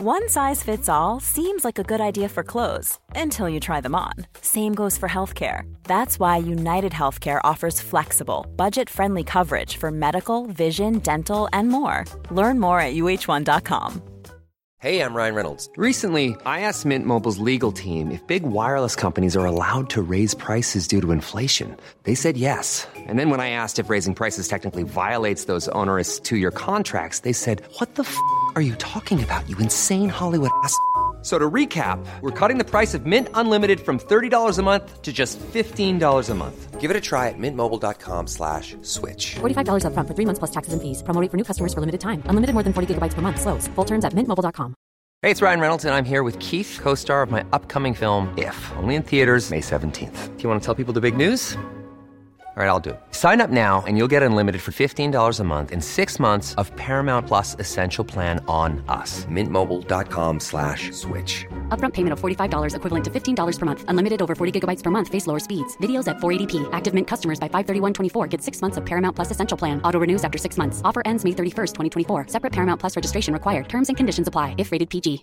One size fits all seems like a good idea for clothes until you try them on. Same goes for healthcare. That's why United Healthcare offers flexible, budget-friendly coverage for medical, vision, dental, and more. Learn more at uh1.com. Hey, I'm Ryan Reynolds. Recently, I asked Mint Mobile's legal team if big wireless companies are allowed to raise prices due to inflation. They said yes. And then when I asked if raising prices technically violates those onerous two-year contracts, they said, "What the f*** are you talking about, you insane Hollywood ass?" So to recap, we're cutting the price of Mint Unlimited from $30 a month to just $15 a month. Give it a try at mintmobile.com/switch. $45 up front for 3 months plus taxes and fees. Promo rate for new customers for limited time. Unlimited more than 40 gigabytes per month. Slows full terms at mintmobile.com. Hey, it's Ryan Reynolds, and I'm here with Keith, co-star of my upcoming film, If, only in theaters May 17th. Do you want to tell people the big news? All right, I'll do it. Sign up now and you'll get unlimited for $15 a month and 6 months of Paramount Plus Essential Plan on us. mintmobile.com/switch. Upfront payment of $45 equivalent to $15 per month. Unlimited over 40 gigabytes per month. Face lower speeds. Videos at 480p. Active Mint customers by 531.24 get 6 months of Paramount Plus Essential Plan. Auto renews after 6 months. Offer ends May 31st, 2024. Separate Paramount Plus registration required. Terms and conditions apply if rated PG.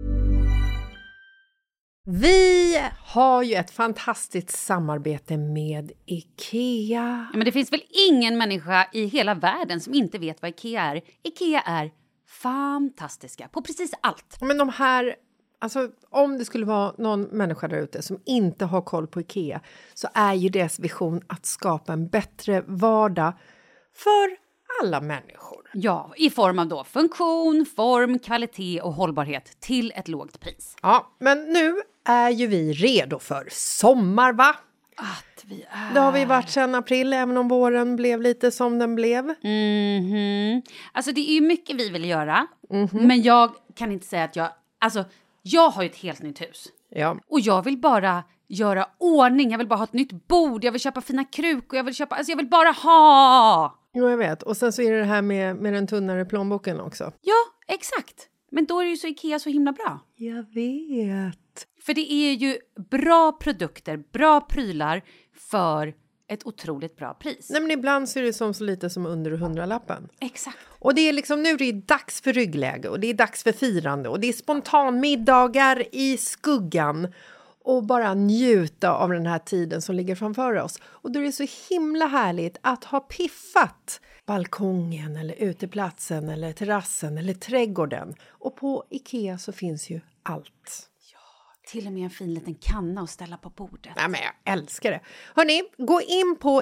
Vi har ju ett fantastiskt samarbete med IKEA. Ja, men det finns väl ingen människa i hela världen som inte vet vad IKEA är. IKEA är fantastiska på precis allt. Men de här, alltså om det skulle vara någon människa där ute som inte har koll på IKEA, så är ju deras vision att skapa en bättre vardag för alla människor. Ja, i form av då funktion, form, kvalitet och hållbarhet till ett lågt pris. Ja, men nu är ju vi redo för sommar, va? Att vi är. Det har vi varit sedan april, även om våren blev lite som den blev. Alltså det är ju mycket vi vill göra. Men jag kan inte säga att jag har ju ett helt nytt hus. Ja. Och jag vill bara göra ordning. Jag vill bara ha ett nytt bord. Jag vill köpa fina krukor. Jag vill bara ha. Jo, jag vet. Och sen så är det här med den tunnare plånboken också. Ja, exakt. Men då är ju så IKEA så himla bra. Jag vet. För det är ju bra produkter, bra prylar för ett otroligt bra pris. Nej, men ibland så är det som så lite som under 100-lappen. Exakt. Och det är liksom nu det är dags för ryggläge och det är dags för firande och det är spontanmiddagar i skuggan. Och bara njuta av den här tiden som ligger framför oss. Och då är det så himla härligt att ha piffat balkongen eller uteplatsen eller terrassen eller trädgården. Och på IKEA så finns ju allt. Till och med en fin liten kanna att ställa på bordet. Ja, men jag älskar det. Hörrni, gå in på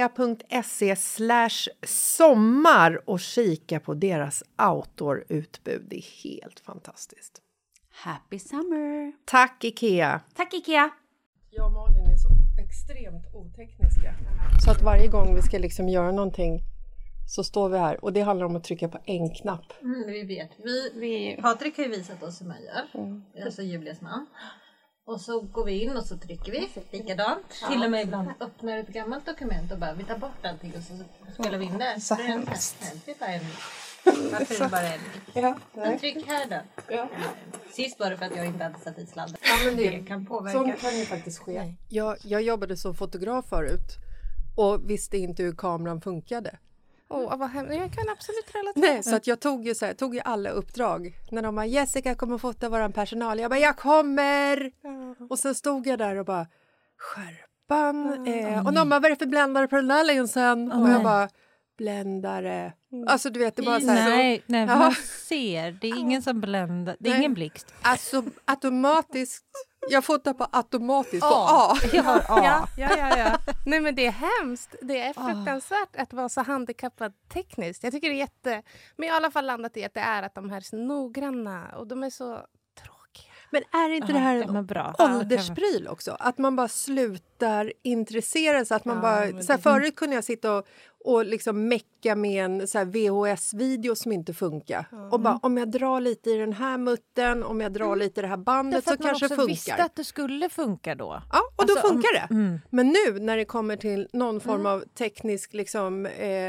ikea.se/sommar och kika på deras outdoor-utbud. Det är helt fantastiskt. Happy summer! Tack IKEA! Tack IKEA! Jag och Malin är så extremt otekniska. Så att varje gång vi ska liksom göra någonting så står vi här. Och det handlar om att trycka på en knapp. Vi vet. Patrik har ju visat oss hur man gör. Alltså Julias man. Och så går vi in och så trycker vi. Likadant. Ja. Till och med ibland öppnar ett gammalt dokument och bara vi tar bort allting och så spelar vi in det. Så hemskt. Varför är det bara en? Ja, tryck här då. Ja. Sist var det för att jag inte hade satt i sladden. Ja, men det kan påverka. Sånt kan ju faktiskt ske. Jag jobbade som fotograf förut och visste inte hur kameran funkade. Vad hemskt. Jag kan absolut relatera. Nej, så att jag tog ju alla uppdrag. När de bara, Jessica kommer fota våran personal. Jag bara, jag kommer! Och sen stod jag där och bara, skärpan. Och de bara, vad är det för bländare på den här linsen? Och jag bara, bländare. Alltså du vet, det bara så här. Nej, man ser. Det är ingen som bländar. Det är ingen blixt. Alltså automatiskt. Jag fotar på automatiskt på A. Ja. Nej, men det är hemskt. Det är fruktansvärt att vara så handikappad tekniskt. Jag tycker det är men jag har i alla fall landat i att det är att de här är så noggranna och de är så tråkiga. Men är inte det här en ålderspryl också? Att man bara slutar intressera sig. Att man bara, så här, förut kunde jag sitta och liksom mecka med en så här VHS-video som inte funkar. Och bara, om jag drar lite i den här muttern, om jag drar lite i det här bandet så kanske det funkar. Man visste att det skulle funka då. Ja, och då funkar det. Men nu när det kommer till någon form av teknisk liksom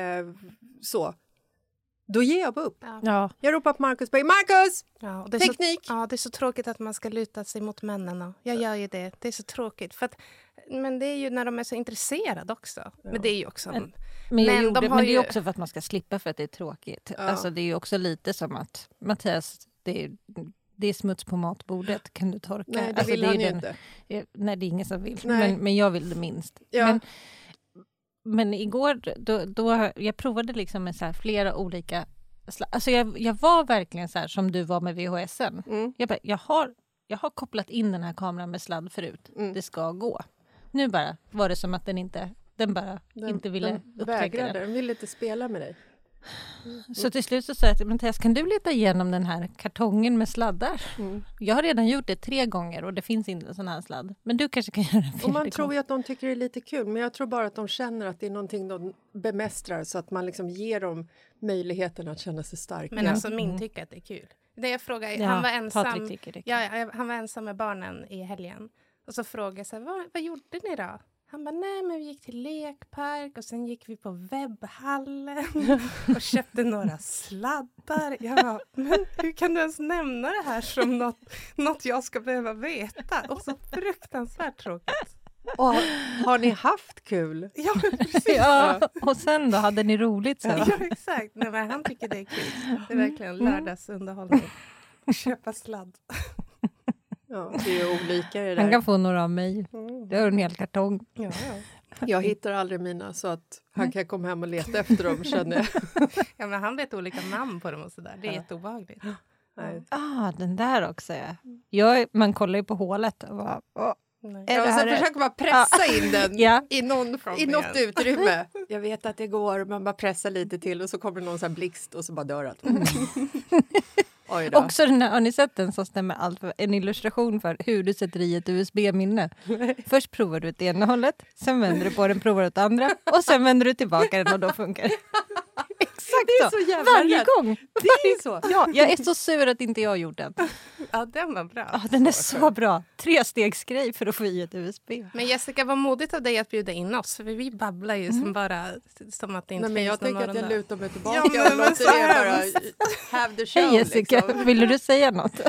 så. Då ger jag upp. Ja. Jag ropar på Marcus. Marcus! Ja, teknik! Det är så tråkigt att man ska luta sig mot männen. Jag gör ju det. Det är så tråkigt. Men det är ju när de är så intresserade också. Ja. Men det är ju också... Men det är också för att man ska slippa för att det är tråkigt. Ja. Alltså det är ju också lite som att Mattias, det är smuts på matbordet, kan du torka? Nej, det vill han ju inte. Nej, det är ingen som vill. Nej. Men jag vill det minst. Ja. Men igår, då jag provade liksom med så här flera olika... Alltså jag var verkligen så här som du var med VHSen. Jag har kopplat in den här kameran med sladd förut. Det ska gå. Nu bara var det som att den inte ville upptäcka det. Den ville inte spela med dig. Så till slut så sa jag till Mattias, kan du leta igenom den här kartongen med sladdar? Jag har redan gjort det 3 gånger och det finns inte en sån här sladd. Men du kanske kan göra det 4 Och man gånger. tror ju att de tycker det är lite kul, men jag tror bara att de känner att det är någonting de bemästrar så att man liksom ger dem möjligheten att känna sig starka. Men alltså min tycker att det är kul. Det jag frågade, han var ensam. Patrik tycker det är kul. Han var ensam med barnen i helgen. Och så frågade jag så här, vad gjorde ni då? Han bara, nej men vi gick till lekpark och sen gick vi på webbhallen och köpte några sladdar. Jag bara, men hur kan du ens nämna det här som något jag ska behöva veta? Och så fruktansvärt tråkigt. Och har ni haft kul? Ja, precis. Ja, och sen då hade ni roligt sen. Ja, exakt. Nej, men han tycker det är kul. Det är verkligen lördagsunderhållning. Köpa sladd. Ja, det är olika det där. Han kan få några av mig. Det är en hel kartong. Ja. Jag hittar aldrig mina så att han kan komma hem och leta efter dem, känner jag. Ja, men han vet olika namn på dem och sådär. Det är jätteobehagligt. Nej. Den där också. Ja. Man kollar ju på hålet och bara... Ja, och sen försöker man pressa in den i något utrymme. Jag vet att det går, man bara pressar lite till och så kommer någon så här blixt och så bara dör allt. Också den här, har ni sett den som stämmer allt för en illustration för hur du sätter i ett USB-minne? Först provar du ett ena hållet, sen vänder du på den, provar åt andra och sen vänder du tillbaka den och då funkar det. Exakt det är så jävla varje rätt. gång. Det är så. Ja, jag är så sur att inte jag har gjort den. Ja, den var bra. Ja, den är så bra. 3-stegsgrej för att få i ett USB. Men Jessica, vad modigt av dig att bjuda in oss. För vi babblar ju som att det inte Nej, men jag finns någon tänker att jag morgondag. lutar mig tillbaka Ja, och men låter er bara have the show. Hej Jessica, liksom. ville du säga något?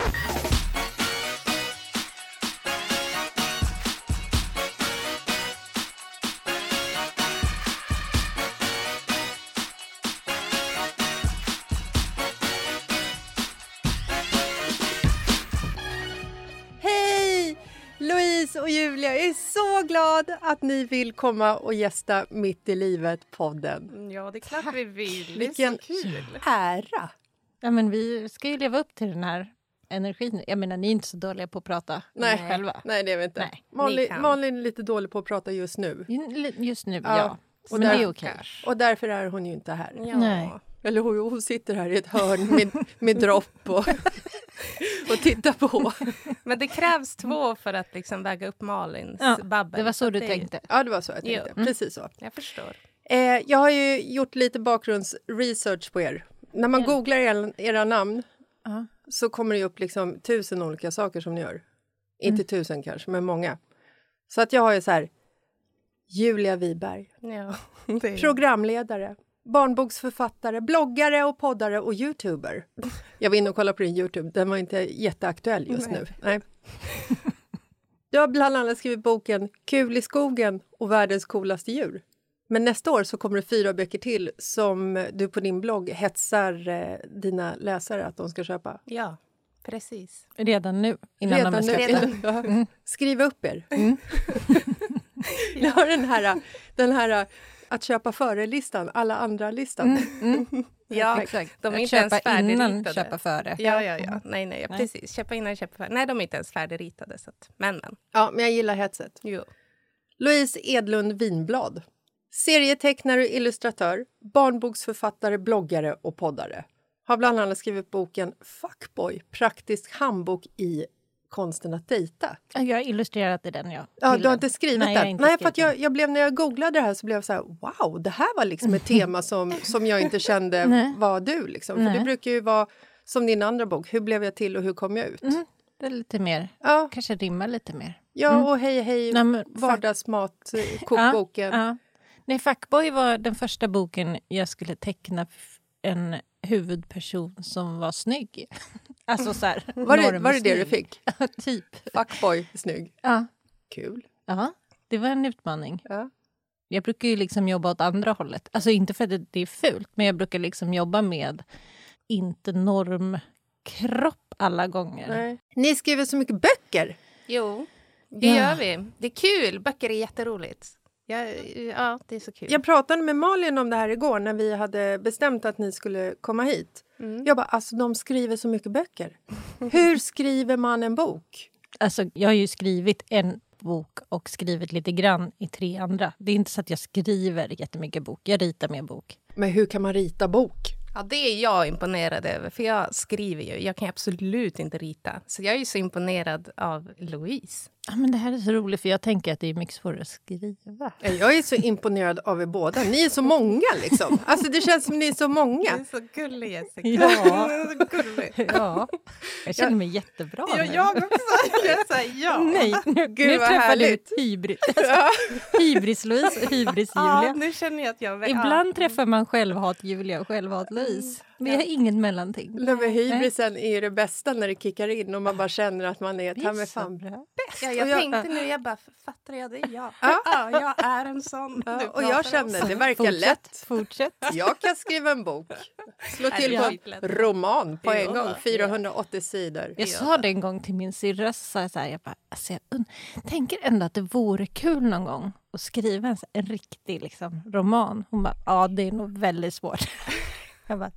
Hej! Louise och Julia, jag är så glad att ni vill komma och gästa Mitt i livet-podden. Ja, det är klart vi vill. Vilken Det är så kul. ära! Ja, men vi ska ju leva upp till den här energin. Jag menar, ni är inte så dåliga på att prata själva. Nej, det är vi inte. Nej, Malin är lite dålig på att prata just nu. Just nu, Ja. ja. Och Men där- det är okej. Och därför är hon ju inte här. Ja. Nej. Eller hon sitter här i ett hörn med dropp och tittar på. Men det krävs 2 för att liksom väga upp Malins babbel. Det var så du det- tänkte. Ja, det var så jag tänkte. Precis så. Jag förstår. Jag har ju gjort lite bakgrundsresearch på er. När man googlar era namn så kommer det upp liksom 1000 olika saker som ni gör. Inte 1000 kanske, men många. Så att jag har ju så här, Julia Wiberg, Ja, programledare, barnboksförfattare, bloggare och poddare och youtuber. Jag var inne och kollade på din YouTube, den var inte jätteaktuell just nu. Nej. Du har bland annat skrivit boken Kul i skogen och världens coolaste djur. Men nästa år så kommer det 4 böcker till som du på din blogg hetsar dina läsare att de ska köpa. Ja, precis. Redan nu, innan de är släppta. Ja. Skriv upp er. Ni har den här att köpa före-listan, alla andra-listan. Ja, Exakt. de är Att inte ens köpa innan, färdigritade. köpa före. Ja. Nej, precis. Köpa innan, köpa före. Nej, de är inte ens färdigritade. Så att, men. Ja, men jag gillar hetset. Jo. Louise Edlund Winblad. Serietecknare och illustratör, barnboksförfattare, bloggare och poddare. Har bland annat skrivit boken Fuckboy, praktisk handbok i konsten att dejta. Jag har illustrerat i den, ja. Ja, du har inte skrivit Nej, jag har den? inte Nej, skrivit för att jag blev, när jag googlade det här så blev jag så här, wow, det här var liksom ett tema som jag inte kände var du. Liksom. För Nej. det brukar ju vara som din andra bok, hur blev jag till och hur kom jag ut? Det är lite mer, Ja, kanske rimmar lite mer. ja och hej, Nej, men vardagsmat, kokboken. Ja. Nej, Fuckboy var den första boken jag skulle teckna en huvudperson som var snygg. Alltså så här, Var det det du fick? typ. Fuckboy, snygg. Ja. Kul. Ja, det var en utmaning. Ja. Jag brukar ju liksom jobba åt andra hållet. Alltså inte för att det är fult, men jag brukar liksom jobba med inte normkropp. topp alla gånger. Nej. Ni skriver så mycket böcker. Jo, det gör vi. Det är kul. Böcker är jätteroligt. Ja, det är så kul. Jag pratade med Malin om det här igår när vi hade bestämt att ni skulle komma hit. Jag bara, alltså de skriver så mycket böcker. Hur skriver man en bok? Alltså, jag har ju skrivit en bok och skrivit lite grann i 3 andra. Det är inte så att jag skriver jättemycket bok. Jag ritar mer bok. Men hur kan man rita bok? Ja, det är jag imponerad över. För jag skriver ju. Jag kan absolut inte rita. Så jag är ju så imponerad av Louise. Ja, men det här är så roligt för jag tänker att det är mycket svårare att skriva. Jag är så imponerad av er båda. Ni är så många liksom. Alltså det känns som ni är så många. Du är så gullig, Jessica. Ja. Så gullig. Ja. Jag känner mig jättebra. Ja, nu. jag också. Jag säger ja. Nej, nu Gud, vad träffar du härligt. Hybris-Louise och hybris-Julia. Ja, nu känner jag att jag... Ibland träffar man självhat-Julia och självhat-Louise. Vi har inget mellanting. Hybrisen är ju det bästa när det kickar in och man bara känner att man är ta med fan. Ja, jag tänkte nu, jag bara, fattar jag det? Ja, jag är en sån. Ja, och jag känner, det verkar lätt. Fortsätt. Jag kan skriva en bok. Slå till på en roman på en gång. 480 sidor. Jag sa det en gång till min syrra, så sa jag så här, jag bara, alltså jag tänker ändå att det vore kul någon gång att skriva en riktig liksom, roman. Hon bara, ja det är nog väldigt svårt. Jag bara,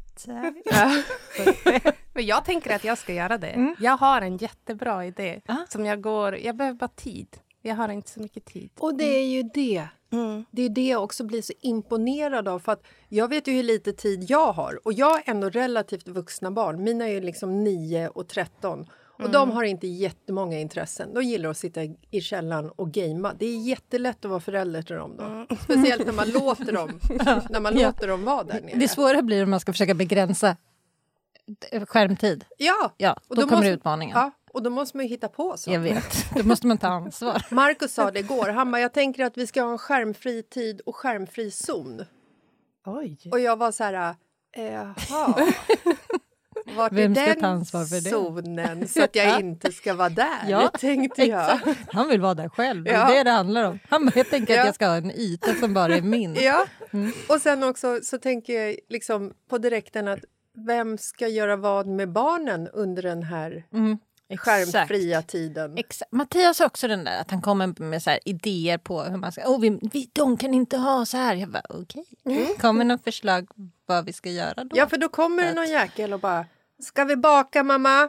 Men jag tänker att jag ska göra det. Jag har en jättebra idé som jag behöver bara tid. Jag har inte så mycket tid. Och det är ju det. Det är det jag också blir så imponerad av. För att jag vet ju hur lite tid jag har. Och jag är ändå relativt vuxna barn. Mina är ju liksom 9 och 13. Och de har inte jättemånga intressen. De gillar att sitta i källaren och gamea. Det är jättelätt att vara förälder till dem då. Speciellt när man låter dem, låter dem vara där nere. Det svåra blir om man ska försöka begränsa skärmtid. Ja, och då kommer utmaningen. Ja, och då måste man ju hitta på så. Jag vet, då måste man ta ansvar. Marcus sa det igår. Han bara, jag tänker att vi ska ha en skärmfri tid och skärmfri zon. Oj. Och jag var så här, jaha. Vart Vem är ska den ta ansvar för det? zonen så att jag inte ska vara där? Tänkte jag. Han vill vara där själv, Ja. det är det handlar om. Jag tänker att jag ska ha en yta som bara är min. Ja, och sen också så tänker jag liksom på direkten att vem ska göra vad med barnen under den här skärmfria tiden? Exakt. Mattias har också den där att han kommer med så här idéer på hur man ska, de kan inte ha så här. Jag bara okej. Kommer någon förslag vad vi ska göra då? Ja, för då kommer det någon jäkel och bara, ska vi baka mamma?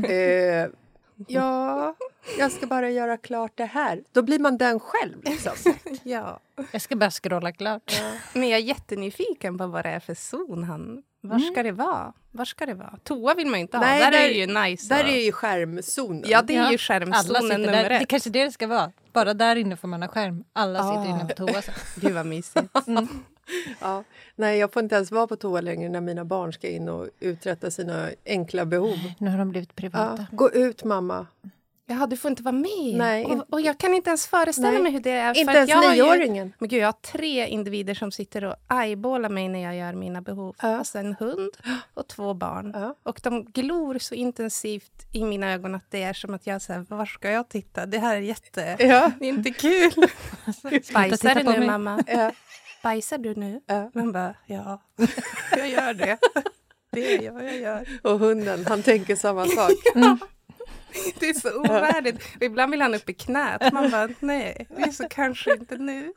Ja, jag ska bara göra klart det här. Då blir man den själv liksom. Ja. Jag ska bara scrolla klart. Men jag är jättenyfiken på vad det är för zon Var ska det vara? Var ska det vara? Toa vill man ju inte ha. Nej, där är det ju nice. Där är ju skärmzonen. Ja, det är ju Alla skärmzonen sitter nummer där. Det är 1. kanske det ska vara. Bara där inne får man ha skärm. Alla sitter inne på toa. Så. Gud vad mysigt. Ja. Nej, jag får inte ens vara på toa längre när mina barn ska in och uträtta sina enkla behov. Nu har de blivit privata. Ja. Gå ut mamma. Jaha, du får inte vara med. Nej. Och jag kan inte ens föreställa mig hur det är. Inte för ens jag har 9-åringen. Men gud, jag har 3 individer som sitter och eyeballar mig när jag gör mina behov. Ja. Alltså en hund och 2 barn. Ja. Och de glor så intensivt i mina ögon att det är som att jag säger, var ska jag titta? Det här är Ja. det är inte kul. Bajsar titta du på nu, mig. mamma? Ja. Bajsar du nu? Ja. Man bara, ja, jag gör det. Det är jag gör. Och hunden, han tänker samma sak. Det är så ovärdigt. Och ibland vill han upp i knät. Man bara, nej, det är så kanske inte nu.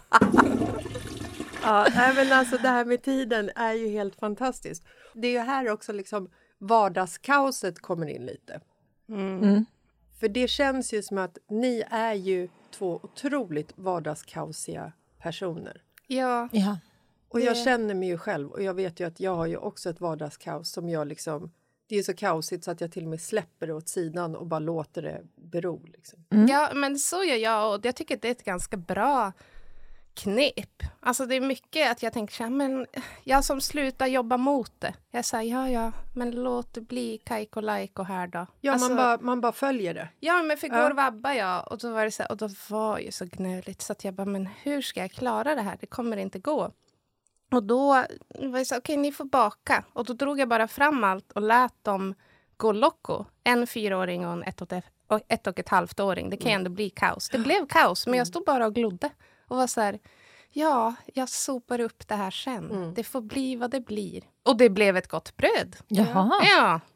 Ja, men alltså det här med tiden är ju helt fantastiskt. Det är ju här också liksom vardagskaoset kommer in lite. För det känns ju som att ni är ju 2 otroligt vardagskaosiga personer. Ja. Och jag känner mig ju själv och jag vet ju att jag har ju också ett vardagskaos som jag liksom, det är så kaosigt så att jag till och med släpper det åt sidan och bara låter det bero liksom. Ja, men så gör jag och jag tycker att det är ett ganska bra knep. Alltså det är mycket att jag tänker så här, men jag som slutar jobba mot det. Jag säger, ja, men låt det bli kajko lajko här då. Ja, alltså, man bara följer det. Ja, men för igår vabbar jag och då var det så här, och då var ju så gnöligt så att jag bara, men hur ska jag klara det här? Det kommer inte gå. Och då var det så, okej, ni får baka. Och då drog jag bara fram allt och lät dem gå loco. En 4-åring och en 1,5-åring. Det kan ju ändå bli kaos. Det blev kaos, men jag stod bara och glodde. Och var så här, ja, jag sopar upp det här sen. Det får bli vad det blir. Och det blev ett gott bröd. Jaha. Ja,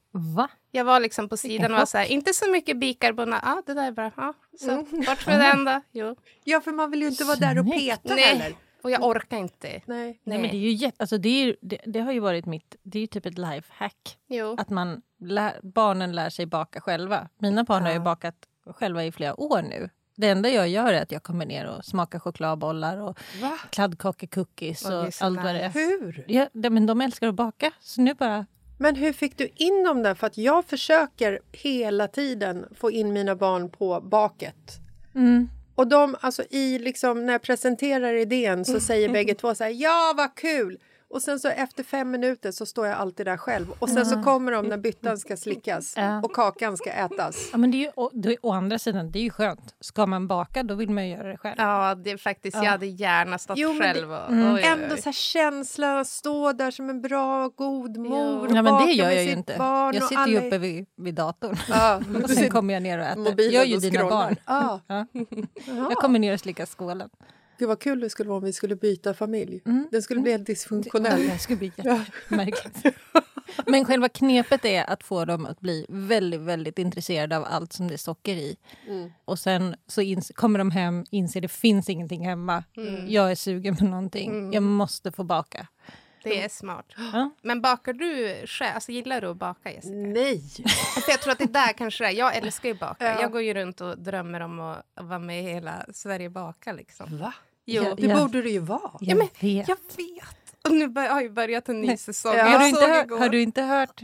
Va? Jag var liksom på sidan och var så här, inte så mycket bikarbonat. Ja, det där är bra. Ja, så bort med den då. Jo. Ja, för man vill ju inte vara där och peta heller. Och jag orkar inte. Nej. Nej, men det är ju alltså det har ju varit det är ju typ ett lifehack. Jo. Att barnen lär sig baka själva. Mina barn har ju bakat själva i flera år nu. Det enda jag gör är att jag kommer ner och smakar chokladbollar och kladdkakecookies och allt vad det är. Hur? Ja, men de älskar att baka. Så nu bara... Men hur fick du in dem där? För att jag försöker hela tiden få in mina barn på baket. Och de, alltså när jag presenterar idén så säger bägge två så här, ja vad kul! Och sen så efter 5 minuter så står jag alltid där själv. Och sen så kommer de när byttan ska slickas och kakan ska ätas. Ja, men det är ju, å andra sidan, det är ju skönt. Ska man baka, då vill man ju göra det själv. Ja, det är faktiskt, jag hade gärna stått själv. Ändå så här känslan, stå där som en bra, god mor och ja, men det gör med jag ju sitt inte. Barn jag sitter ju uppe vid datorn. Ja. Och sen kommer jag ner och äter. Jag är ju dina barn. Ja. Jag kommer ner och slickar skålen. Gud vad kul det skulle vara om vi skulle byta familj. Den skulle bli helt dysfunktionell. Det skulle bli jättemärkligt. Men själva knepet är att få dem att bli väldigt, väldigt intresserade av allt som det är socker i. Och sen så kommer de hem, inser det finns ingenting hemma. Jag är sugen på någonting. Jag måste få baka. Det är smart. Men bakar du själv? Alltså, gillar du att baka, Jessica? Nej! För jag tror att det där kanske är. Jag älskar ju baka. Jag går ju runt och drömmer om att vara med i hela Sverige baka. Liksom. Va? Jo. Det borde du ju vara. Jag vet. Och nu har ju börjat en ny säsong. Har du inte hört?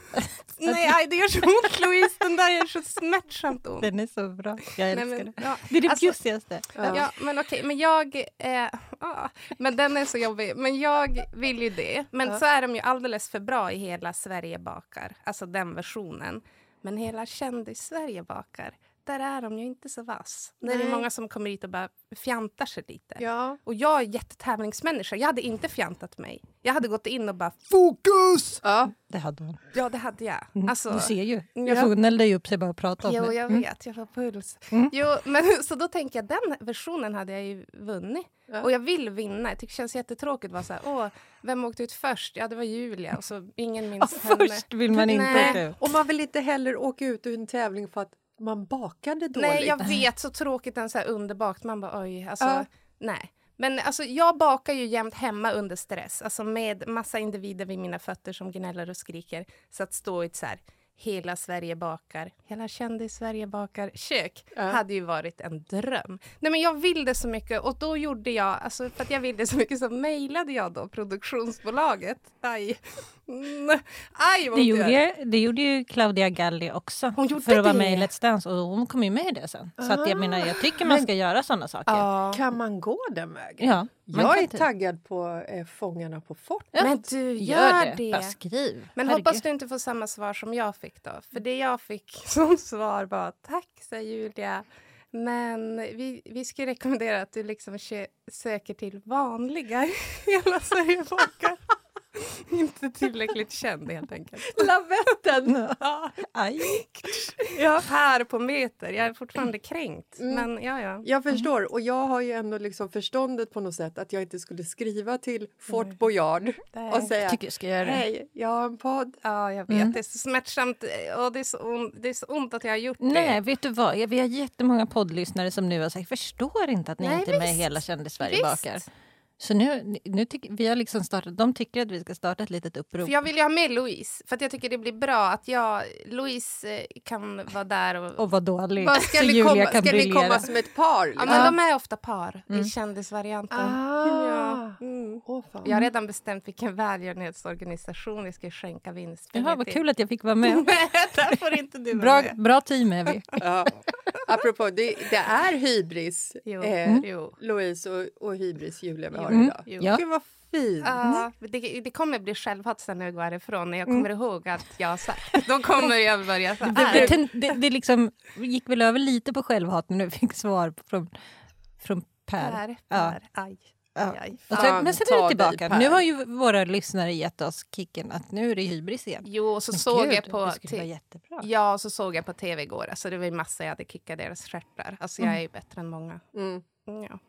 Nej, det gör så ont, Louise. Den där är så smärtsamt ont. Den är så bra. Jag älskar men, det. ja. Det är det bjussigaste. Ja, men okej. Men jag... men den är så jobbig. Men jag vill ju det. Men så är de ju alldeles för bra i hela Sverige bakar. Alltså den versionen. Men hela Kändis-Sverige bakar. Där är de ju inte så vass. Det är många som kommer hit och bara fjantar sig lite. Ja. Och jag är jättetävlingsmänniska. Jag hade inte fjantat mig. Jag hade gått in och bara fokus! Ja, det hade hon. Ja, det hade jag. Alltså, du ser ju. Jag får nälla upp sig bara och prata om det. Jo, jag vet. Jag får puls. Jo, men så då tänker jag, den versionen hade jag ju vunnit. Ja. Och jag vill vinna. Jag tycker det känns jättetråkigt. Var så här, vem åkte ut först? Ja, det var Julia. Och så ingen minns henne. Först vill man inte åka ut. Och man vill inte heller åka ut ur en tävling för att man bakade dåligt. Nej, jag vet. Så tråkigt än så här underbakt. Man bara, nej. Men alltså, jag bakar ju jämt hemma under stress. Alltså med massa individer vid mina fötter som gnäller och skriker. Så att stå i ett så här, hela Sverige bakar, hela Kändis-Sverige bakar kök hade ju varit en dröm. Nej, men jag vill det så mycket och då gjorde jag, alltså för att jag vill det så mycket så mejlade jag då produktionsbolaget. Det gjorde ju Claudia Galli också. Hon gjorde för att vara med i Let's Dance och hon kom ju med i det sen. Så att jag tycker man ska göra sådana saker. Kan man gå den vägen? Ja. Jag är taggad på Fångarna på fort. Ja. Men du gör det. Bara skriv. Men hoppas du inte får samma svar som jag fick då. För det jag fick som svar var tack, säger Julia. Men vi ska rekommendera att du liksom söker till vanliga hela Sverige bakar. Inte tillräckligt känd helt enkelt. Lavetten! Ja, här på meter. Jag är fortfarande kränkt. Men ja. Jag förstår. Och jag har ju ändå liksom förståndet på något sätt att jag inte skulle skriva till Fort Boyard och säga, jag tycker jag ska göra det. Hej, jag har en podd. Ja, jag vet. Det är så smärtsamt och det är så ont att jag har gjort det. Nej, vet du vad? Vi har jättemånga poddlyssnare som nu har sagt, förstår inte att ni inte är med i hela Kändis-Sverige bakar. Så nu tycker vi har liksom startat, de tycker att vi ska starta ett litet upprop. För jag vill ju ha med Louise, för att jag tycker det blir bra att Louise kan vara där och vara dålig. Ska ni komma som ett par? Ja, men de är ofta par i kändisvarianten. Jag har redan bestämt vilken välgörenhetsorganisation vi ska skänka vinst. Jaha, vad kul att jag fick vara med. Där får inte du vara med. Bra team är vi. Apropå, det är hybris. Louise och hybris Julia vi har idag. Ja. Gud vad fint. Det kommer bli självhat sen när jag går härifrån. När jag kommer ihåg att jag har sagt. Då kommer jag börja så här. Det liksom gick väl över lite på självhat när vi fick svar från Per. Aj. Men sen är det tillbaka. Nu har ju våra lyssnare gett oss kicken att nu är det hybris igen. Jo, så såg jag på det skulle vara jättebra. Ja, så såg jag på tv igår. Alltså det var ju massa jag hade kickat deras stjärtar. Alltså jag är ju bättre än många. Ja.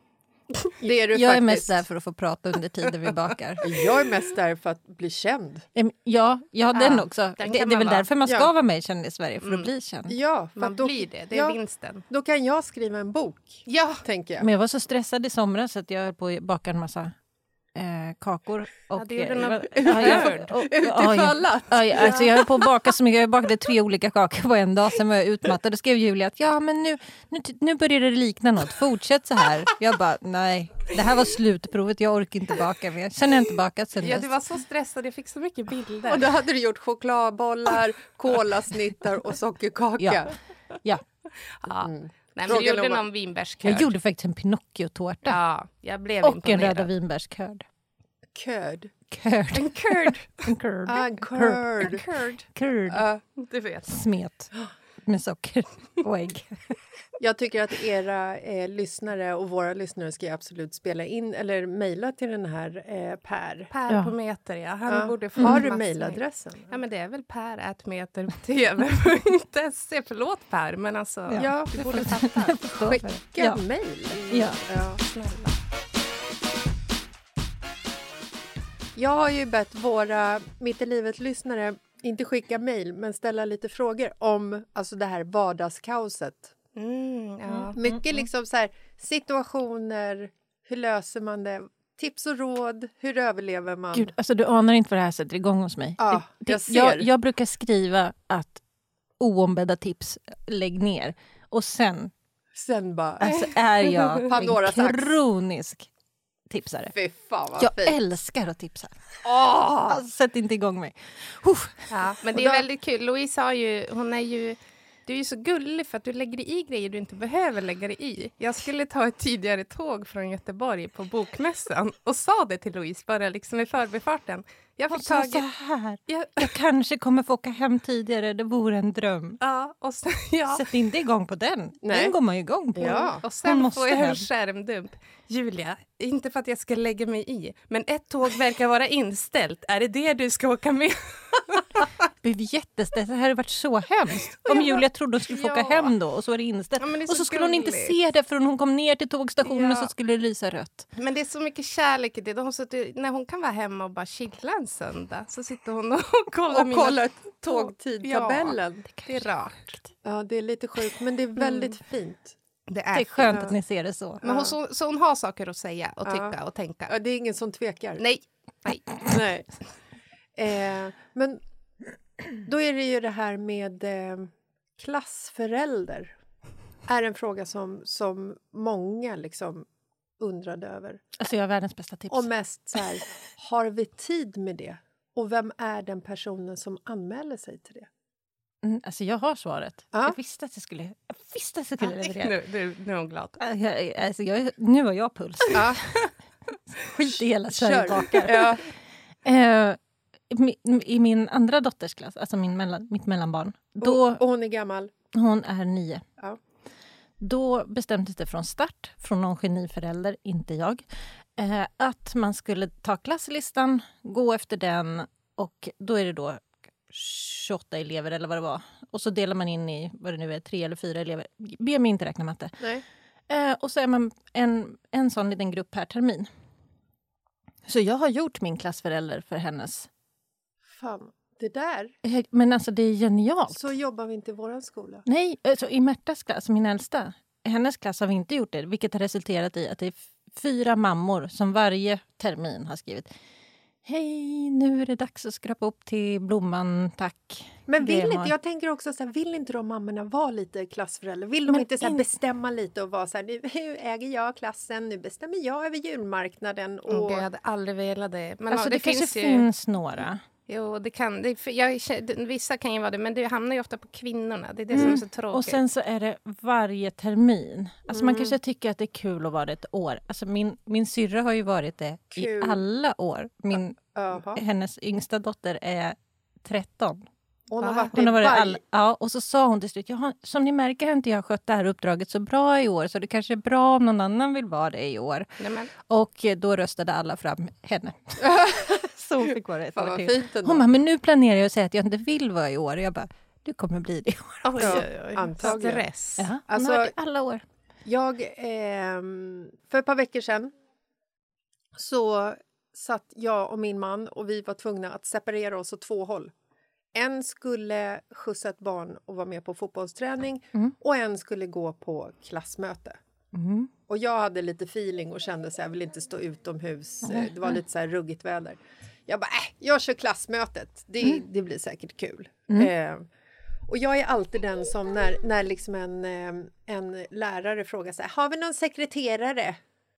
Det är du Jag är faktiskt. mest där för att få prata under tiden vi bakar. Jag är mest där för att bli känd. Ja, den också. den Det kan är man väl vara. därför man ska Ja. vara med i Kändis-Sverige, för att bli känd. Ja, för Man att då, blir det. Det är vinsten. då kan jag skriva en bok, tänker jag. Men jag var så stressad i somras att jag höll på att baka en massa kakor. Och, det gjorde något Utifall att. Alltså jag höll på att baka så mycket. Jag bakade 3 olika kakor på en dag. Sen var jag utmattad. Då skrev Julia att men nu börjar det likna något. Fortsätt så här. Jag bara, nej. Det här var slutprovet. Jag orkar inte baka mer. Sen har jag inte bakat sen Ja, dess. du var så stressad. Jag fick så mycket bilder. Och då hade du gjort chokladbollar, kolasnittar och sockerkaka. Ja. Nej, men Fråga du gjorde Lova. någon vinbärskörd. Jag gjorde faktiskt en Pinocchio-tårta. Ja, jag blev Och en imponerad. röda vinbärskörd. Curd. Curd. En curd. En curd. En curd. Curd. Curd. Du vet. Smet. Med socker och ägg. Jag tycker att era lyssnare och våra lyssnare ska absolut spela in eller mejla till den här Per. Per på meter, ja. Han borde få Har du massor. mejladressen? Ja, men det är väl per@metertv.se. Förlåt Per, men alltså. Ja, du borde fatta. skicka mejl. Ja. Snälla. Jag har ju bett våra Mitt i livet-lyssnare inte skicka mejl men ställa lite frågor om alltså det här vardagskaoset. Mycket liksom så här situationer, hur löser man det, tips och råd, hur överlever man? Gud, alltså du anar inte vad det här sätter igång hos mig. Ja, jag ser. Jag brukar skriva att oombedda tips, lägg ner. Och sen Sen bara, alltså, är jag Pandoras en ax. kronisk tipsare. fy fan vad Jag fint. älskar att tipsa. Alltså, sätt inte igång mig. Ja, men det är väldigt kul. Louise har ju, du är ju så gullig för att du lägger i grejer du inte behöver lägga dig i. Jag skulle ta ett tidigare tåg från Göteborg på bokmässan och sa det till Louise bara liksom i förbifarten. Jag fick Så här. Jag kanske kommer få åka hem tidigare, det vore en dröm. Ja, och sen, Sätt inte igång på den. Nej. Den går man ju igång på. Ja. och Hon sen måste får jag hem. en skärmdump. Julia, inte för att jag ska lägga mig i, men ett tåg verkar vara inställt. Är det du ska åka med? Det blev jättestressigt. Det här hade varit så hemskt. Om Julia trodde hon skulle få åka hem då och så är det inställt. Ja, men det är och så så skulle hon inte gulligt. se det förrän hon kom ner till tågstationen Ja. så skulle det lysa rött. Men det är så mycket kärlek i det. När hon kan vara hemma och bara chilla en söndag så sitter hon och kollar Och kolla tågtidtabellen. Ja, det är rart. Ja, det är lite sjukt men det är väldigt fint. Det Det är skönt att ni ser det så. Men så hon har saker att säga och tycka och tänka. Ja, det är ingen som tvekar. Nej. Nej. Men då är det ju det här med klassförälder. Är en fråga som många liksom undrade över. Alltså jag har världens bästa tips. Och mest så här, har vi tid med det? Och vem är den personen som anmäler sig till det? Alltså jag har svaret. Ja. Jag visste att jag skulle leverera. Nu är hon glad. Nu har jag puls. Ja. Skit i hela Sverige bakar. Ja. I min andra dotters klass, alltså mitt mellanbarn, då, Och hon är gammal. hon är 9. Ja. Då bestämdes det från start, från någon geniförälder, inte jag, att man skulle ta klasslistan, gå efter den och då är det då 28 elever eller vad det var. Och så delar man in i, vad det nu är, 3 eller 4 elever. Be mig inte räkna matte. Nej. Och så är man en sån liten grupp per termin. Så jag har gjort min klassförälder för hennes. Fan, det där. Men alltså det är genialt. Så jobbar vi inte i våran skola. Nej, alltså i Märtas klass, min äldsta, hennes klass har vi inte gjort det. Vilket har resulterat i att det är 4 mammor som varje termin har skrivit: hej, nu är det dags att skrapa upp till blomman, tack. Men Det har- jag tänker också så här, vill inte de mammorna vara lite klassföräldrar? Vill de Men inte så här bestämma lite och vara så här, nu äger jag klassen, nu bestämmer jag över julmarknaden. Och... Jag hade aldrig velat det. Men Alltså ja, det kanske finns ju... finns några. Jo, det kan. Vissa kan ju vara det, men det hamnar ju ofta på kvinnorna. Det är det som är så tråkigt. Och sen så är det varje termin. Alltså man kanske tycker att det är kul att vara det ett år. Alltså min syrra har ju varit det i Kul. alla år. Jaha. Hennes yngsta dotter är 13. Hon har varit Hon har varit varje... ja, och så sa hon till slut, som ni märker har inte jag skött det här uppdraget så bra i år. Så det kanske är bra om någon annan vill vara det i år. Nej, men... Och då röstade alla fram henne. Så hon fick vara ett Fan, år vad till. fint ändå. Hon bara, men nu planerar jag att säga att jag inte vill vara i år. Och jag bara, du kommer bli det i år. Oj, Ja, oj, oj. antagligen. Stress. Ja, hon Alltså- har varit i alla år. För ett par veckor sedan så satt jag och min man och vi var tvungna att separera oss åt 2 håll. En skulle skjutsa ett barn och vara med på fotbollsträning och en skulle gå på klassmöte. Och jag hade lite feeling och kände så jag vill inte stå utomhus. Det var lite så här ruggigt väder. Jag bara, jag kör klassmötet. Det blir säkert kul. Och jag är alltid den som när liksom en lärare frågar så här, har vi någon sekreterare?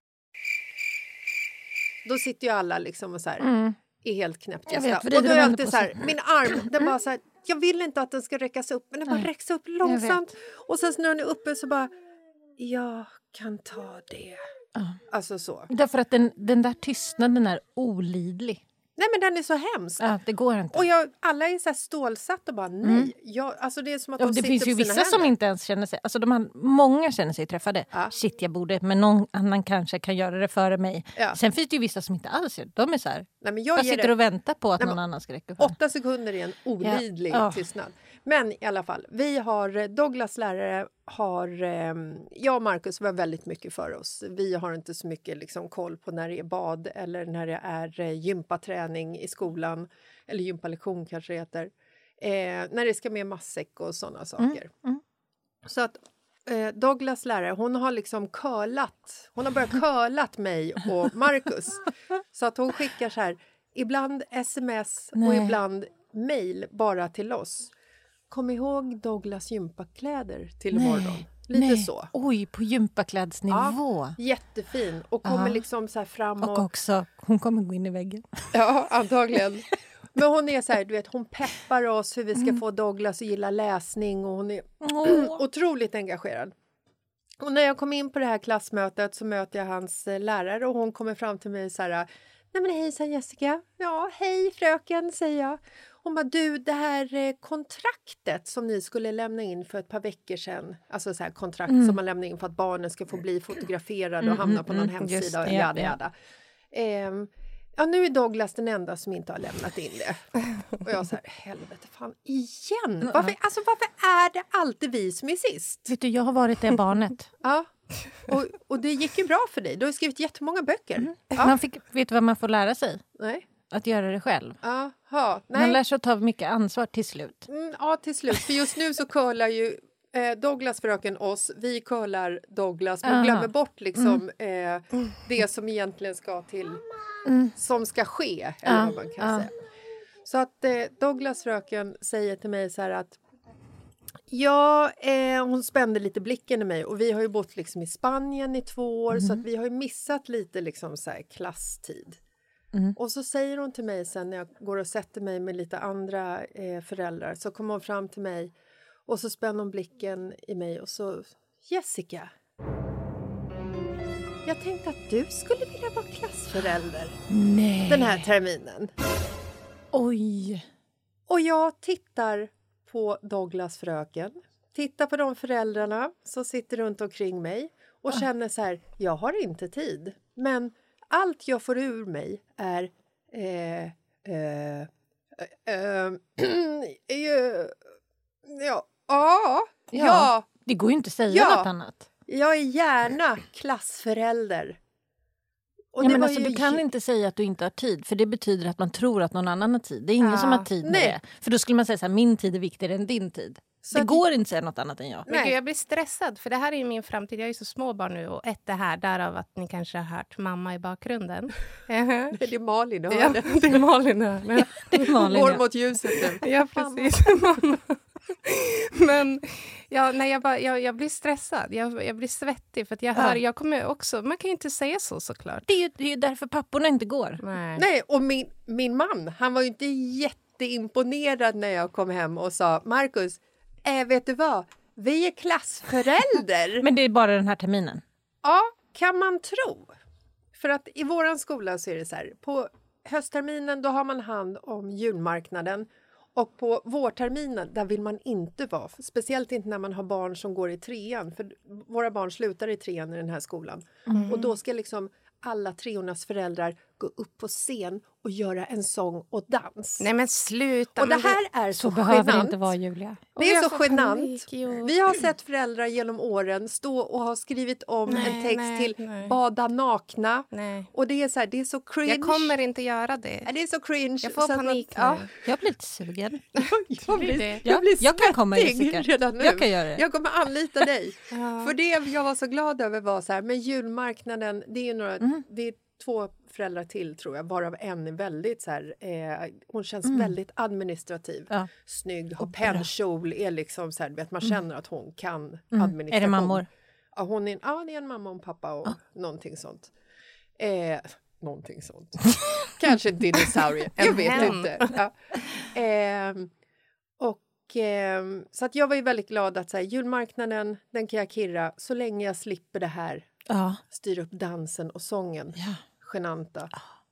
Då sitter ju alla liksom och så här är helt knäpptysta. Och då är jag alltid så här, min arm, den bara så här, jag vill inte att den ska räckas upp, men den bara räcks upp långsamt. Och sen när den är uppe så bara, jag kan ta det. Alltså så. Därför att den där tystnaden är olidlig. Nej, men den är så hemsk. Ja, det går inte. Och alla är så här stålsatt och bara nej. Alltså det är som att de det finns ju vissa händer. som inte ens känner sig... Alltså många känner sig träffade. Shit, jag borde, men någon annan kanske kan göra det före mig. Ja. Sen finns det ju vissa som inte alls gör. De är så här... Nej, men jag sitter och väntar på att någon annan ska räcka upp. 8 sekunder är en olidlig tystnad. Men i alla fall, Douglas lärare jag och Marcus var väldigt mycket för oss. Vi har inte så mycket liksom koll på när det är bad eller när det är gympaträning i skolan. Eller gympalektion kanske det heter. När det ska med matsäck och sådana saker. Så att Douglas lärare, hon har liksom hon har börjat curlat mig och Marcus. Så att hon skickar så här, ibland sms och ibland mail bara till oss. Kom ihåg Douglas gympakläder till imorgon. Lite så. Oj, på gympaklädsnivå. Ja, jättefin. Och kommer liksom så här fram och också, hon kommer gå in i väggen. Ja, antagligen. Men hon är så här, du vet, hon peppar oss hur vi ska få Douglas att gilla läsning. Och hon är otroligt engagerad. Och när jag kom in på det här klassmötet så möter jag hans lärare. Och hon kommer fram till mig så här, nej men hejsan Jessica. Ja, hej fröken, säger jag. Hon bara, du, det här kontraktet som ni skulle lämna in för ett par veckor sedan. Alltså så här kontrakt som man lämnar in för att barnen ska få bli fotograferade och hamna på någon hemsida. Och jada. Ja, nu är Douglas den enda som inte har lämnat in det. Och jag så här, helvete fan, igen? Varför är det alltid vi som är sist? Vet du, jag har varit det barnet. Ja, och det gick ju bra för dig. Du har skrivit jättemånga böcker. Vet du vad man får lära sig? Nej. Att göra det själv. Aha, nej. Man lär sig att ta mycket ansvar till slut. Ja, till slut. För just nu så curlar ju Douglas fröken oss. Vi curlar Douglas. Man glömmer bort liksom det som egentligen ska till... som ska ske. Eller vad man kan säga. Så att Douglas fröken säger till mig så här att hon spände lite blicken i mig. Och vi har ju bott liksom i Spanien i 2 år. Så att vi har ju missat lite liksom så här klasstid. Och så säger hon till mig sen när jag går och sätter mig med lite andra föräldrar. Så kommer hon fram till mig och så spänner hon blicken i mig och så, Jessica. Jag tänkte att du skulle vilja vara klassförälder. Nej. Den här terminen. Oj. Och jag tittar på Douglas fröken. Tittar på de föräldrarna som sitter runt omkring mig. Och känner så här, jag har inte tid. Men... allt jag får ur mig är ja. Det går ju inte att säga något annat. Jag är gärna klassförälder. Och men alltså, du kan inte säga att du inte har tid. För det betyder att man tror att någon annan har tid. Det är ingen som har tid med det. För då skulle man säga så här, min tid är viktigare än din tid. Så det går inte att säga något annat än jag. Men jag blir stressad, för det här är ju min framtid. Jag är så små barn nu och det här, därav att ni kanske har hört mamma i bakgrunden. Det är Malin, det är Malin. Det är Malin, går mot ljuset nu. Ja, precis. Men jag blir stressad. Jag blir svettig för att jag hör, jag kommer också, man kan ju inte säga såklart. Det är ju därför papporna inte går. Nej, och min man, han var ju inte jätteimponerad när jag kom hem och sa, Marcus, vet du vad? Vi är klassförälder. Men det är bara den här terminen? Ja, kan man tro. För att i våran skola så är det så här, på höstterminen då har man hand om julmarknaden. Och på vårterminen, där vill man inte vara. Speciellt inte när man har barn som går i 3:an. För våra barn slutar i 3:an i den här skolan. Och då ska liksom alla 3:ornas föräldrar gå upp på scen och göra en sång och dans. Nej men sluta. Och det här är så behöver genant. inte vara Julia. Det är jag så får genant. panik, jo. Vi har sett föräldrar genom åren stå och ha skrivit om en text till bada nakna. Nej. Och det är så här, det är så cringe. Jag kommer inte göra det. Ja, det är så cringe. Jag får så att panik man, nu. Jag blir lite sugen. jag Ja, blir jag kan komma, svettig Jessica. redan nu. Jag kan göra det. Jag kommer anlita dig. För det jag var så glad över var så här, med julmarknaden, det är ju några, det är 2 föräldrar till tror jag, varav en är väldigt så här, hon känns väldigt administrativ, snygg, har pennkjol, är liksom så här, vet, man känner att hon kan administration. Är det mammor? Ja, det är en mamma och en pappa och någonting sånt. Någonting sånt. Kanske en dinosaurie, jag vet inte. Ja. Så att jag var ju väldigt glad att så här, julmarknaden, den kan jag kirra så länge jag slipper det här. Ja. Styr upp dansen och sången. Ja. Genanta.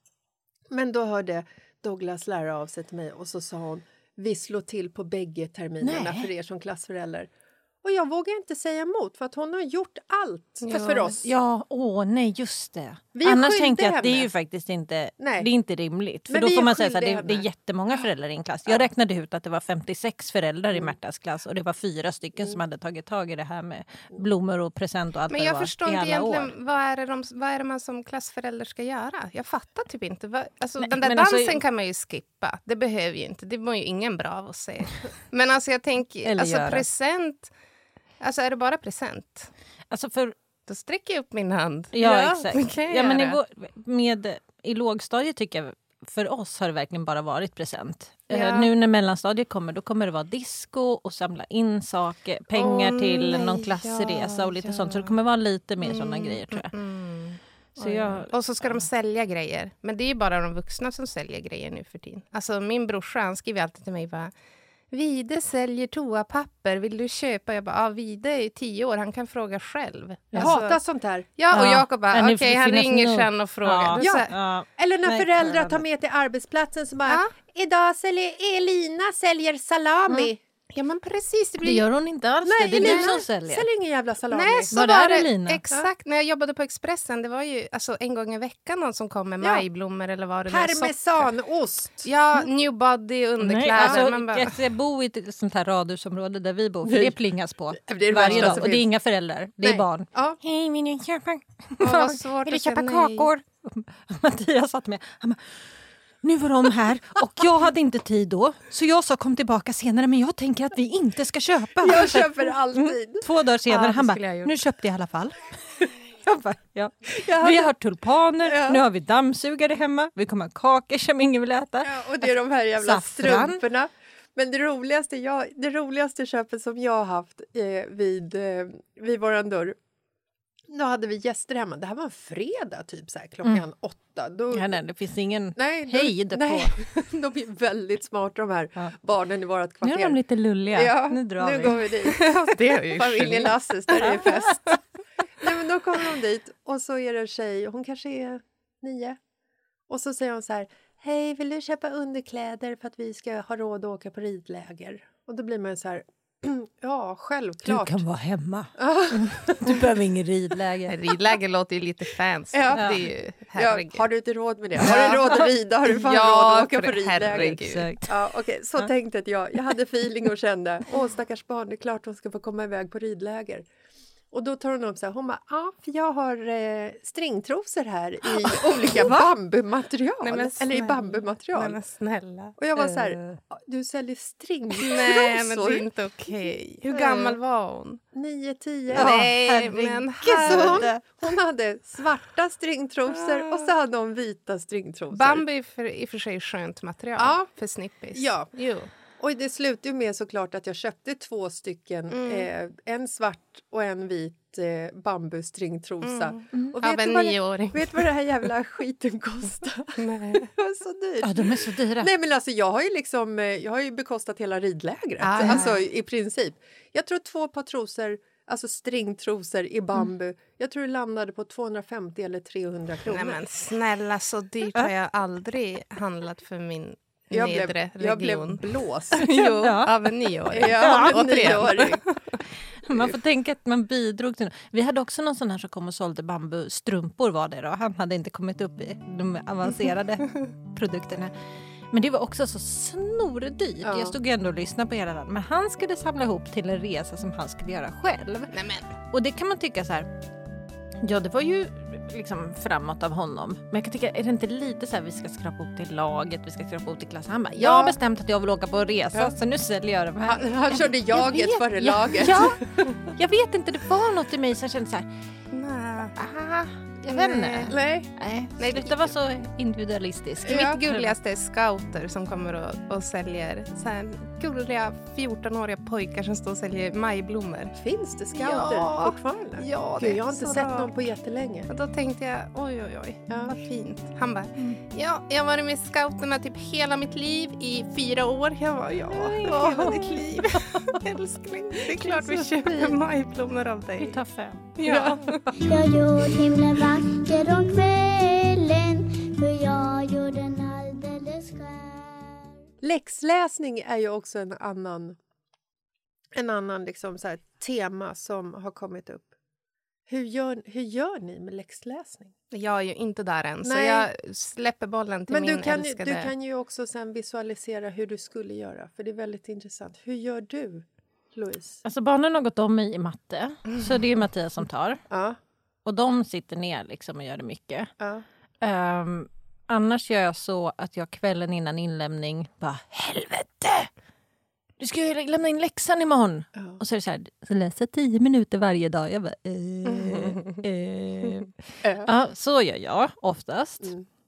Men då hörde Douglas lära av sig till mig och så sa hon, vi slår till på bägge terminerna för er som klassförälder. Och jag vågar inte säga emot för att hon har gjort allt för oss. Ja, nej just det. Vi Annars tänkte jag att henne. det är ju faktiskt inte, Nej. det är inte rimligt. För Men då vi får man är säga så här, skyldiga det är henne. jättemånga föräldrar i en klass. Jag räknade ut att det var 56 föräldrar i Märtas klass och det var 4 stycken som hade tagit tag i det här med blommor och present och allt. Men jag förstår i inte alla egentligen år. vad är det man som klassförälder ska göra? Jag fattar typ inte. Den där men dansen alltså, kan man ju skippa. Det behöver ju inte. Det var ju ingen bra av att se. Men alltså jag tänker, Eller alltså göra. Present. Alltså är det bara present? Alltså för Då sträcker jag upp min hand. Ja, exakt. det kan jag Ja, men göra. i lågstadiet tycker jag, för oss har det verkligen bara varit present. Ja. Nu när mellanstadiet kommer, då kommer det vara disco och samla in saker, pengar till någon klassresa och lite sånt. Så det kommer vara lite mer sådana grejer tror jag. Så Och så ska de sälja grejer. Men det är ju bara de vuxna som säljer grejer nu för tiden. Alltså min brorsa, han skriver alltid till mig bara, Vide säljer toapapper, vill du köpa? Jag bara, Vide är 10 år, han kan fråga själv. Jag hatar sånt här. Ja, och Jakob bara, Men okej, han ringer nog. sen och frågar. Ja. Så här, Eller när Nej, föräldrar kan tar med till arbetsplatsen så bara, idag säljer Elina salami. ja men precis, det det blir gör hon inte alls. Nej, det är Elina du som säljer. säljer ingen jävla salami. Nej, så Var var är det. Elina? Exakt, när jag jobbade på Expressen, det var ju alltså en gång i veckan någon som kom med majblommor eller vad det nu är. Parmesanost. Ja, new body, underkläder. Nej, alltså, man bara, jag bor i ett sånt här radhusområde där vi bor. För det plingas på Det är det varje värsta dag. som Och det är finns. inga föräldrar, det är Nej. barn. Ja. Hej, vill ni köpa, vad svårt vill ni att säga köpa nej. kakor? Mattias satt med. Han bara, nu var de här och jag hade inte tid då. Så jag sa kom tillbaka senare men jag tänker att vi inte ska köpa. Jag köper alltid. 2 dagar senare det han skulle jag bara, gjort. nu köpte jag i alla fall. Jag bara, ja. Vi har tulpaner, nu har vi dammsugare hemma. Vi kommer ha kakor som ingen vill äta. Ja, och det är de här jävla Saffran. strumporna. Men det roligaste köpet som jag har haft vid våran dörr. Då hade vi gäster hemma. Det här var en fredag typ så här, klockan 8. Då, Nej, det finns ingen nej, hejd på. De är väldigt smarta de här barnen i vårt kvarter. Nu är de lite lulliga. Ja, nu drar vi. går vi dit. det är ju Familjen Lasses, där det är fest. Nej, men då kommer de dit och så är det en tjej, hon kanske är 9. Och så säger hon så här, hej vill du köpa underkläder för att vi ska ha råd att åka på ridläger? Och då blir man så här, ja självklart. Du kan vara hemma. Du behöver ingen ridläge. Ridläger låter ju lite fancy. Ja. Det är ju, Ja, herregud. har du inte råd med det? Har du råd att rida? Har du fan råd att åka på ridläger? herregud. Exakt. Ja, okej. Så tänkte att jag hade feeling och kände, stackars barn, det är klart de ska få komma iväg på ridläger. Och då tar hon upp så här, hon bara, för jag har stringtrosor här i olika bambumaterial. Nej, men eller i snälla. bambumaterial. Nej men snälla. Och jag var så här, du säljer stringtrosor? Nej men det är inte okej. Hur gammal var hon? 9-10. Ja, Nej men Så hon hade svarta stringtrosor och så hade hon vita stringtrosor. Bambu är i och för sig skönt material för snippis. Ja. Jo. Och det slutade ju med såklart att jag köpte 2 stycken, en svart och en vit bambustringtrosa. Och Av en 9-åring. Vet du vad det här jävla skiten kostar? Nej. Det var så dyrt. Ja, de är så dyra. Nej men alltså jag har ju bekostat hela ridlägret. Ah, alltså i princip. Jag tror 2 par trosor, alltså stringtrosor i bambu. Jag tror det landade på 250 eller 300 kronor. Nej men snälla, så dyrt har jag aldrig handlat för min jag nedre blev region. blåst. Jo, av en 9-åring. Ja, en återigen. 9-åring. Man får tänka att man bidrog till. Vi hade också någon sån här som kom och sålde bambustrumpor var det då. Han hade inte kommit upp i de avancerade produkterna. Men det var också så snordyrt. Ja. Jag stod ändå och lyssnade på hela den. Men han skulle samla ihop till en resa som han skulle göra själv. Nämen. Och det kan man tycka så här. Ja, det var ju liksom framåt av honom. Men jag kan tycka, är det inte lite så här vi ska skrapa upp till laget, vi ska skrapa upp till klassen. Han bara, jag har bestämt att jag vill åka på en resa, så nu säljer jag det här. Han körde jaget före laget. Ja, jag vet inte, det var något i mig som kände så här. Nej. Jag vet inte. Nej. Sluta vara så individualistisk. Mitt gulligaste är scouter som kommer och säljer så här gulliga 14-åriga pojkar som står och säljer majblommor. Finns det scouter fortfarande? Ja, Gud, jag har inte sett någon på jättelänge. Och då tänkte jag, oj, vad fint. Han bara, jag har varit med i scouterna typ hela mitt liv i 4 år. Jag bara, hela ditt liv. Älskling, det är klart vi köper majblommor av dig. Vi tar 5. Ja. Jag gjorde himlen vacker om kvällen, för jag gjorde den alldeles själv. Läxläsning är ju också en annan liksom så här tema som har kommit upp. Hur gör ni med läxläsning? Jag är ju inte där än, så jag släpper bollen till min älskade. Men du kan ju också sen visualisera hur du skulle göra, för det är väldigt intressant. Hur gör du, Louise? Alltså barnen har gått om mig i matte, så det är Mattias som tar. Ja. Och de sitter ner liksom och gör det mycket. Ja. Annars gör jag så att jag kvällen innan inlämning bara, helvete! Du ska ju lämna in läxan imorgon. Ja. Och så är det så här, så läsa 10 minuter varje dag. Jag bara, Ja, så gör jag oftast.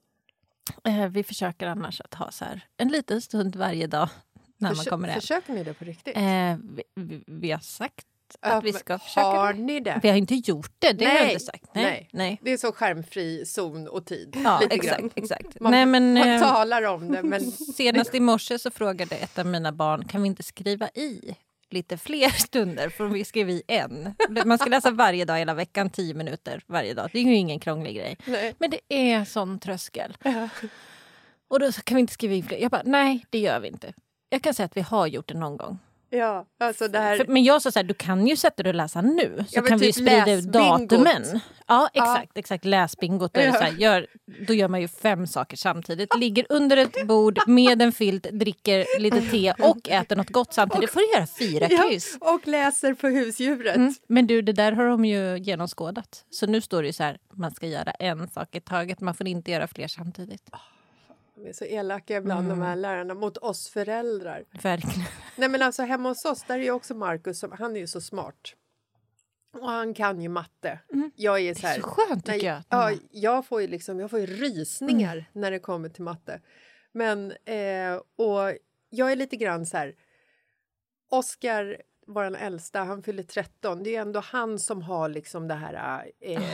Vi försöker annars att ha så här en liten stund varje dag när man kommer hem. Försöker ni det på riktigt? Vi har sagt att vi ska försöka. Har ni det? Vi har inte gjort det, det har jag inte sagt. Nej. Det är så skärmfri zon och tid. Ja, lite exakt. Man talar om det. Men senast i morse så frågade ett av mina barn, kan vi inte skriva i lite fler stunder? För vi skrev i en. Man ska läsa varje dag hela veckan, 10 minuter varje dag. Det är ju ingen krånglig grej. Nej. Men det är sån tröskel. Ja. Och då kan vi inte skriva i fler. Jag bara, nej, det gör vi inte. Jag kan säga att vi har gjort det någon gång. Ja, alltså det här... Men jag sa så här, du kan ju sätta dig och läsa nu. Så kan vi typ sprida ut datumen. Ja, exakt. Läsbingot. Då gör man ju 5 saker samtidigt. Ligger under ett bord med en filt, dricker lite te och äter något gott samtidigt. Det får du göra 4 kryss. Ja, och läser på husdjuret. Men du, det där har de ju genomskådat. Så nu står det ju så här, man ska göra en sak i taget. Man får inte göra fler samtidigt. De är så elaka ibland de här lärarna mot oss föräldrar. Verkligen. Nej, men alltså hemma hos oss, där är ju också Marcus, han är ju så smart. Och han kan ju matte. Jag är så här, det är så skönt tycker jag. Ja, jag får ju rysningar när det kommer till matte. Men, och jag är lite grann så här, Oscar, vår äldsta, han fyller 13. Det är ändå han som har liksom det här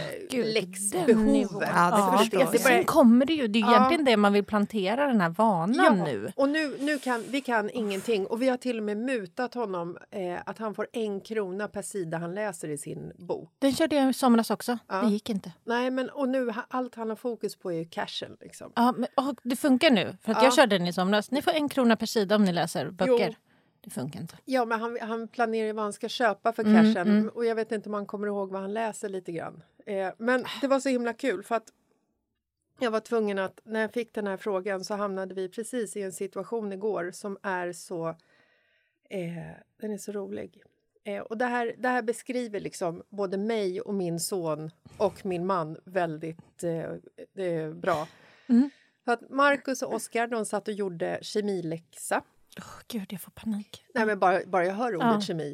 läxbehovet. Ja, sen kommer det ju. Det är ju egentligen det man vill plantera, den här vanan nu. Och nu kan ingenting. Och vi har till och med mutat honom att han får 1 krona per sida han läser i sin bok. Den körde jag i somras också. Ja. Det gick inte. Nej, men och nu allt han har fokus på är ju cashen liksom. Ja, men det funkar nu. För att jag körde den i somras. Ni får 1 krona per sida om ni läser böcker. Jo. Det funkar inte. Ja, men han planerar vad han ska köpa för cashen. Och jag vet inte om han kommer ihåg vad han läser lite grann. Men det var så himla kul för att jag var tvungen att, när jag fick den här frågan så hamnade vi precis i en situation igår som är så, den är så rolig. Och det här beskriver liksom både mig och min son och min man väldigt bra. För att Marcus och Oscar, de satt och gjorde kemiläxa. Gud, jag får panik. Nej, men bara jag hör ordet kemi.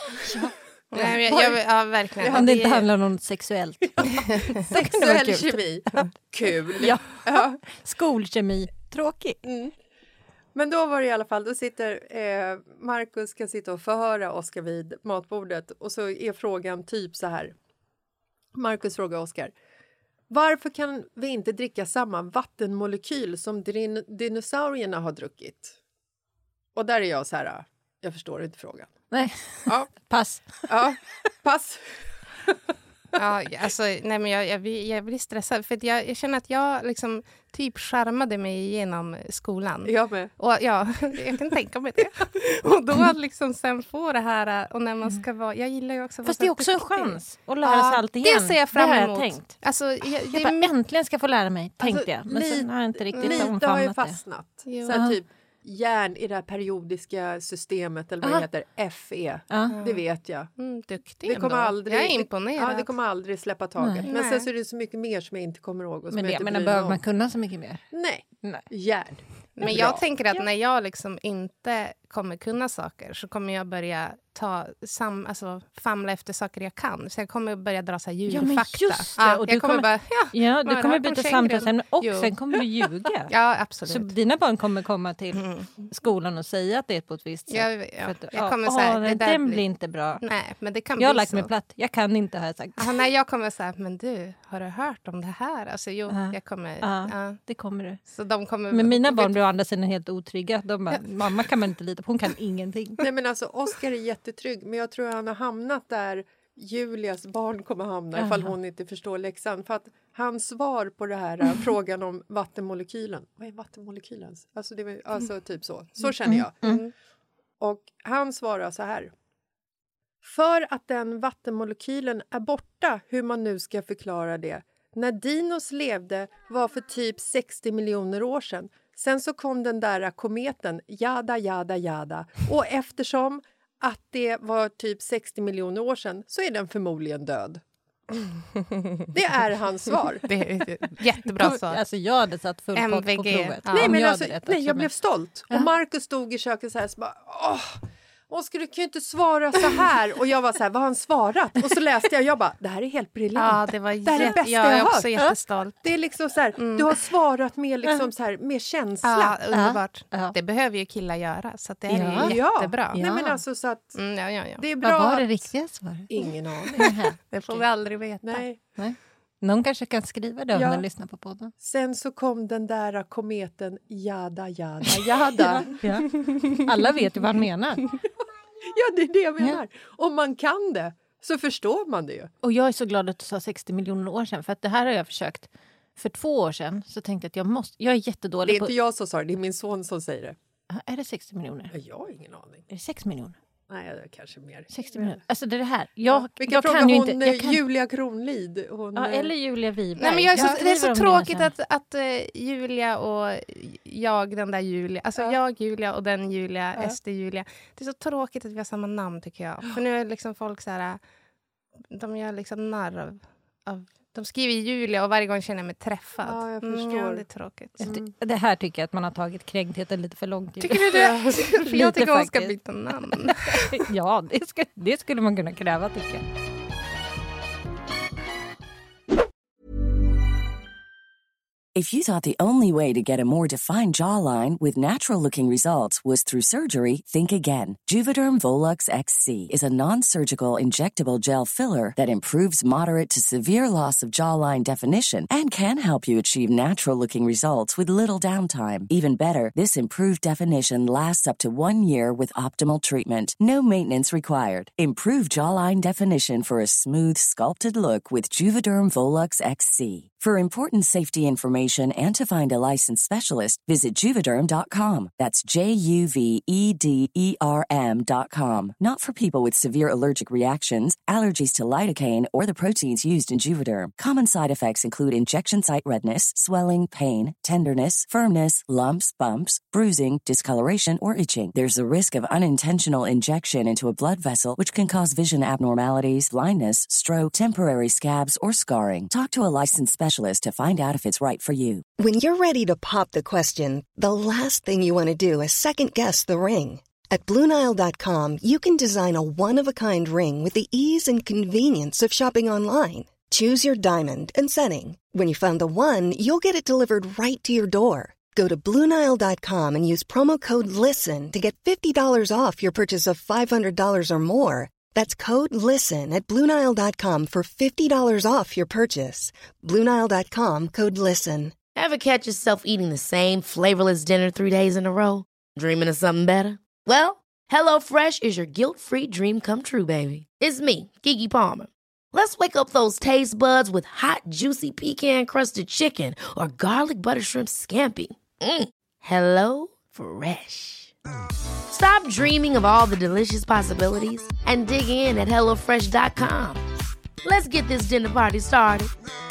Nej, verkligen. Om det inte handlar om något sexuellt. Sexuell kemi. Kul. Ja. Skolkemi. Tråkigt. Men då var det i alla fall, då sitter Marcus ska sitta och förhöra Oscar vid matbordet. Och så är frågan typ så här. Marcus frågar Oscar. Varför kan vi inte dricka samma vattenmolekyl som dinosaurierna har druckit? Och där är jag så här, jag förstår inte frågan. Nej, ja. Pass. Ja, pass. Ja, alltså, nej, men jag blir stressad. För att jag känner att jag liksom typ skärmade mig igenom skolan. Jag med. Och ja, jag kan tänka mig det. Och då liksom sen få det här, och när man ska vara... Jag gillar ju också... Fast det är också en chans att lära sig allt igen. Det ser jag fram emot. Det har jag tänkt. Alltså, jag bara, äntligen ska få lära mig, tänkte jag. Men sen har jag inte riktigt omfamnat det. Lite har ju fastnat. Så här, typ järn i det här periodiska systemet, eller vad det heter, FE. Det vet jag. Duktig det kommer aldrig, jag är imponerad. Ja, det kommer aldrig släppa taget. Men sen så är det så mycket mer som jag inte kommer ihåg. Och som men behöver man kunna så mycket mer? Nej. Järn. Men jag tänker att när jag liksom inte kommer kunna saker så kommer jag börja famla efter saker jag kan. Så jag kommer börja dra så här djurfakta. Och du kommer byta samtalsämne och sen kommer du ljuga. Ja, absolut. Så dina barn kommer komma till skolan och säga att det är på ett visst sätt. Jag kommer säga, den blir inte bra. Nej, men det kan jag har bli lagt så. mig platt. Jag kan inte, har jag sagt. Nej, jag kommer säga, men du, har du hört om det här? Alltså, jag kommer... det kommer du. Så de kommer... Men mina barn blir å andra sidan helt otrygga. De bara, mamma kan man inte lita på, hon kan ingenting. Nej, men alltså, Oskar är jättetrygg, men jag tror han har hamnat där Julias barn kommer hamna ifall hon inte förstår läxan. För att hans svar på det här frågan om vattenmolekylen. Vad är vattenmolekylen? Alltså, det är, alltså typ så. Så känner jag. Och han svarar så här. För att den vattenmolekylen är borta, hur man nu ska förklara det. När dinos levde var för typ 60 miljoner år sedan. Sen så kom den där kometen, jada, jada, jada. Och eftersom att det var typ 60 miljoner år sedan så är den förmodligen död. Det är hans svar. Det är jättebra svar. Alltså jag hade satt full pott på provet. Ja. Nej, men alltså, jag blev stolt. Och Marcus stod i köket så här så bara, Oskar, du kan ju inte svara så här. Och jag var så här, vad har han svarat? Och så läste jag bara, det här är helt briljant. Ja, det är det bästa jag är också jättestolt. Det är liksom så här, du har svarat med liksom så här, med känsla. Ja, underbart. Det behöver ju killar göra, så att det är jättebra. Nej, men alltså så att det är bra. Vad var det riktiga svaret? Ingen aning. Det får vi aldrig veta. Nej. Någon kanske kan skriva det om de lyssnar på podden. Sen så kom den där kometen, jada, jada, jada. Alla vet ju vad han menar. Ja, det är det jag menar. Om man kan det så förstår man det ju. Och jag är så glad att du sa 60 miljoner år sedan. För att det här har jag försökt. För 2 år sedan så tänkte jag att jag är jättedålig på... Det är inte jag som sa det, det är min son som säger det. Är det 60 miljoner? Jag har ingen aning. Är det 6 miljoner? Nej, det är kanske mer. 60 miljoner. Alltså det är det här. Jag fråga kan ju hon, inte. Julia Kronlid. Eller Julia Wiberg. Nej, men det är så tråkigt att Julia och jag, den där Julia. Alltså jag, Julia och den Julia, Ester Julia. Det är så tråkigt att vi har samma namn, tycker jag. För nu är liksom folk så här... De gör liksom narr av de skriver Julia och varje gång känner jag mig träffad. Ja, jag förstår. Det är tråkigt. Det här tycker jag att man har tagit kränktheten lite för långt. Tycker du det? För jag tycker hon ska byta namn. Ja, det skulle man kunna kräva, tycker jag. If you thought the only way to get a more defined jawline with natural-looking results was through surgery, think again. Juvederm Volux XC is a non-surgical injectable gel filler that improves moderate to severe loss of jawline definition and can help you achieve natural-looking results with little downtime. Even better, this improved definition lasts up to 1 year with optimal treatment. No maintenance required. Improve jawline definition for a smooth, sculpted look with Juvederm Volux XC. For important safety information and to find a licensed specialist, visit Juvederm.com. That's Juvederm.com. Not for people with severe allergic reactions, allergies to lidocaine, or the proteins used in Juvederm. Common side effects include injection site redness, swelling, pain, tenderness, firmness, lumps, bumps, bruising, discoloration, or itching. There's a risk of unintentional injection into a blood vessel, which can cause vision abnormalities, blindness, stroke, temporary scabs, or scarring. Talk to a licensed specialist to find out if it's right for you. When you're ready to pop the question, the last thing you want to do is second-guess the ring. At BlueNile.com, you can design a one-of-a-kind ring with the ease and convenience of shopping online. Choose your diamond and setting. When you find the one, you'll get it delivered right to your door. Go to BlueNile.com and use promo code LISTEN to get $50 off your purchase of $500 or more. That's code LISTEN at BlueNile.com for $50 off your purchase. BlueNile.com, code LISTEN. Ever catch yourself eating the same flavorless dinner 3 days in a row? Dreaming of something better? Well, HelloFresh is your guilt-free dream come true, baby. It's me, Keke Palmer. Let's wake up those taste buds with hot, juicy pecan-crusted chicken or garlic butter shrimp scampi. Hello Fresh. Stop dreaming of all the delicious possibilities and dig in at HelloFresh.com. Let's get this dinner party started.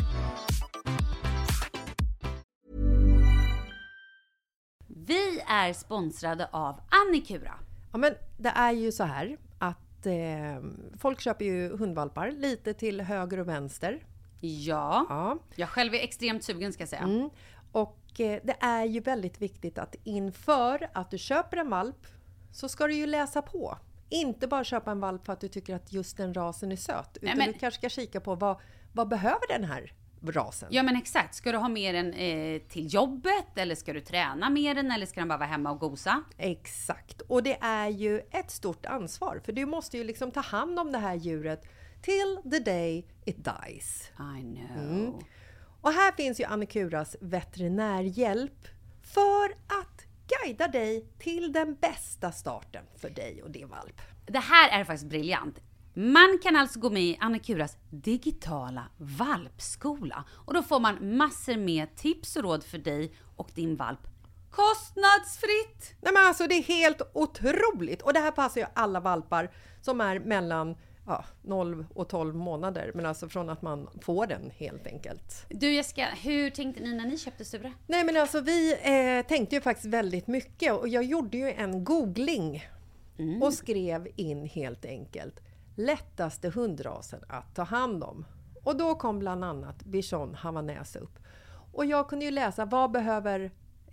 Vi är sponsrade av Annikura. Ja, men det är ju så här att folk köper ju hundvalpar lite till höger och vänster. Ja. Jag själv är extremt sugen ska jag säga. Och det är ju väldigt viktigt att inför att du köper en valp så ska du ju läsa på. Inte bara köpa en valp för att du tycker att just den rasen är söt. Utan du kanske ska kika på vad behöver den här rasen. Ja men exakt, ska du ha med den till jobbet eller ska du träna med den eller ska den bara vara hemma och gosa? Exakt, och det är ju ett stort ansvar för du måste ju liksom ta hand om det här djuret till the day it dies. I know. Och här finns ju Annikuras veterinärhjälp för att guida dig till den bästa starten för dig och din valp. Det här är faktiskt briljant. Man kan alltså gå med i Annikuras digitala valpskola. Och då får man massor med tips och råd för dig och din valp. Kostnadsfritt! Nej men alltså det är helt otroligt. Och det här passar ju alla valpar som är mellan 0 och 12 månader. Men alltså från att man får den helt enkelt. Du Jessica, hur tänkte ni när ni köpte Sura? Nej men alltså vi tänkte ju faktiskt väldigt mycket. Och jag gjorde ju en googling. Och skrev in helt enkelt lättaste hundrasen att ta hand om. Och då kom bland annat Bichon Havanäs upp. Och jag kunde ju läsa vad behöver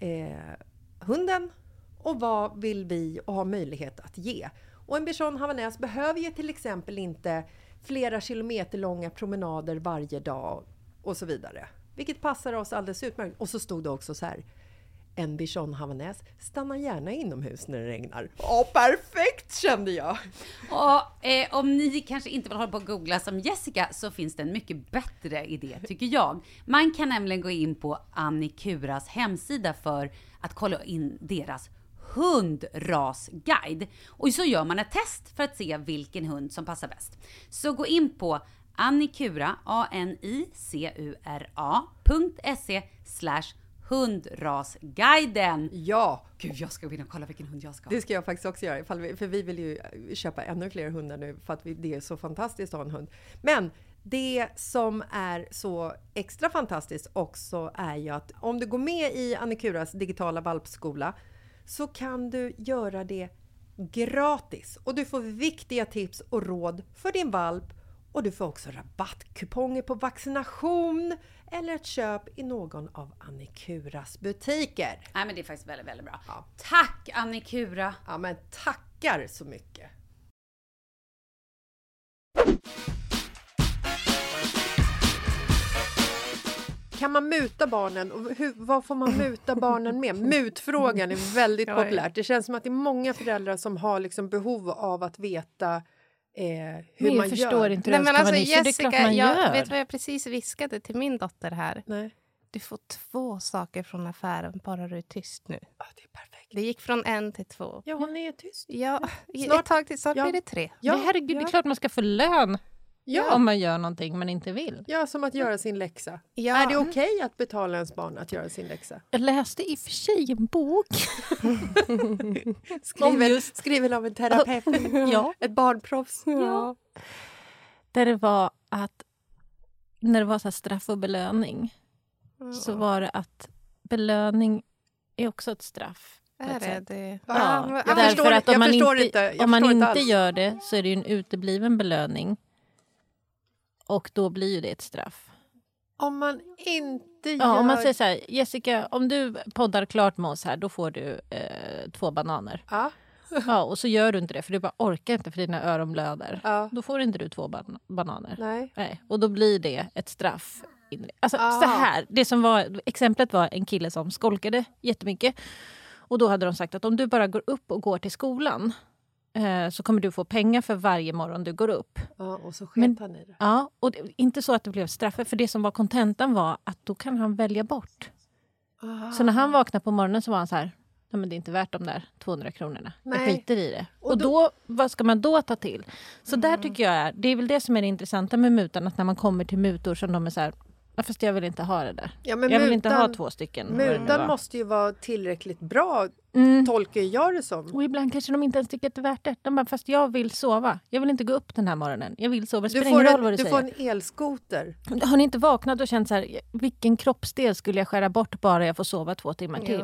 hunden och vad vill vi och ha möjlighet att ge. Och en Bichon Havanäs behöver ju till exempel inte flera kilometer långa promenader varje dag och så vidare. Vilket passar oss alldeles utmärkt. Och så stod det också så här. En Bichon Havanäs stannar gärna inomhus när det regnar. Perfekt kände jag! Och om ni kanske inte vill hålla på att googla som Jessica så finns det en mycket bättre idé tycker jag. Man kan nämligen gå in på Annikuras hemsida för att kolla in deras hundrasguide. Och så gör man ett test för att se vilken hund som passar bäst. Så gå in på Annikura, anicura.se/hundrasguiden. Ja! Gud, jag ska gå in och kolla vilken hund jag ska ha. Det ska jag faktiskt också göra. För vi vill ju köpa ännu fler hundar nu. För att det är så fantastiskt att ha en hund. Men det som är så extra fantastiskt också är ju att om du går med i Annikuras digitala valpskola så kan du göra det gratis. Och du får viktiga tips och råd för din valp. Och du får också rabattkuponger på vaccination eller ett köp i någon av Annikuras butiker. Nej men det är faktiskt väldigt, väldigt bra. Ja. Tack Annikura! Ja men tackar så mycket! Kan man muta barnen? Och vad får man muta barnen med? Mutfrågan är väldigt populärt. Det känns som att det är många föräldrar som har liksom behov av att veta hur man förstår gör. inte. Nej, men alltså, Jessica, jag vet vad jag precis viskade till min dotter här? Nej. Du får 2 saker från affären, bara du är tyst nu. Ja, det är perfekt. Det gick från 1 till 2. Ja, hon är tyst. Ja, Snart- ett tag till snart blir det 3. Ja, herregud, det är klart man ska få lön om man gör någonting man inte vill. Ja, som att göra sin läxa. Ja. Är det okej att betala ens barn att göra sin läxa? Jag läste i och för sig en bok. Skriven av en terapeut. Ja. Ett barnproffs. Ja. Där det var att när det var så här straff och belöning så var det att belöning är också ett straff. Är det? Ja, Jag därför förstår, att om man jag inte, förstår om man inte alls. gör det så är det ju en utebliven belöning. Och då blir ju det ett straff. Om man inte gör... Ja, om man säger så här, Jessica, om du poddar klart med oss här, då får du 2 bananer. Ja. Ja, och så gör du inte det, för du bara orkar inte för dina öron blöder. Ja. Då får inte du 2 bananer. Nej. Och då blir det ett straff. Alltså så här, det som var, exemplet var en kille som skolkade jättemycket. Och då hade de sagt att om du bara går upp och går till skolan så kommer du få pengar för varje morgon du går upp. Ja, och så sket han i det. Ja, och inte så att det blev straffet, för det som var kontentan var att då kan han välja bort. Aha. Så när han vaknade på morgonen så var han så här, nej, men det är inte värt de där 200 kronorna. Nej. Jag skiter i det. Och då, vad ska man då ta till? Så där tycker jag det är väl det som är det intressanta med mutan, att när man kommer till mutor som de är så här, fast jag vill inte ha det där. Ja, men jag vill inte ha 2 stycken. Mutan måste ju vara tillräckligt bra, tolkar jag det som. Och ibland kanske de inte ens tycker att det är värt det. De bara, fast jag vill sova. Jag vill inte gå upp den här morgonen. Jag vill sova. Det spelar ingen roll vad du säger. Du får en elskoter. Har ni inte vaknat och känt så här, vilken kroppsdel skulle jag skära bort bara jag får sova 2 timmar till?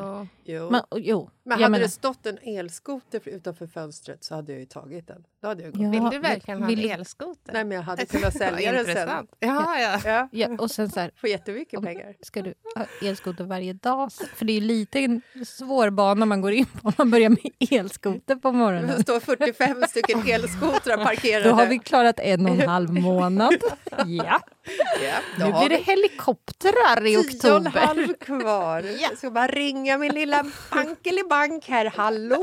Jo. Men hade det stått en elskoter utanför fönstret så hade jag ju tagit den. Då hade jag gått. Vill du verkligen ha en elskoter? Nej, men jag hade kunnat sälja den sen. Ja. Och sen så här, får jättemycket pengar. Ska du ha elskoter varje dag? För det är ju lite en svår bana man går in på om man börjar med elskoter på morgonen. Det står 45 stycken elskotrar parkerade. Då har vi klarat 1,5 månad. Ja. Nu blir det helikoptrar i oktober. 10,5 kvar. Jag ska bara ringa min lilla bankelibank här. Hallå!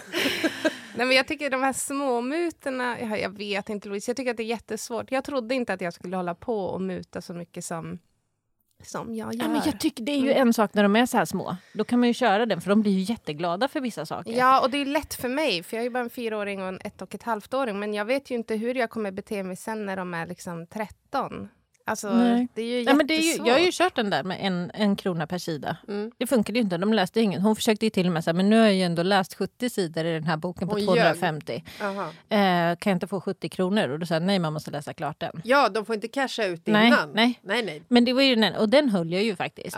Nej, men jag tycker de här småmutorna, jag vet inte Louise, jag tycker att det är jättesvårt. Jag trodde inte att jag skulle hålla på och muta så mycket som jag gör. Ja, men jag tycker det är ju en sak när de är så här små. Då kan man ju köra den, för de blir ju jätteglada för vissa saker. Ja, och det är lätt för mig, för jag är ju bara en 4-åring och en 1,5-åring. Men jag vet ju inte hur jag kommer bete mig sen när de är liksom 13. Alltså, det är ju jättesvårt. Men det är ju, jag har ju kört den där med en krona per sida. Det funkade ju inte, de läste ingen. Hon försökte ju till och med säga, men nu har jag ju ändå läst 70 sidor i den här boken på 250. Kan jag inte få 70 kronor? Och då sa nej, man måste läsa klart den. Ja, de får inte casha ut innan. Nej. Men det var ju den, och den höll jag ju faktiskt.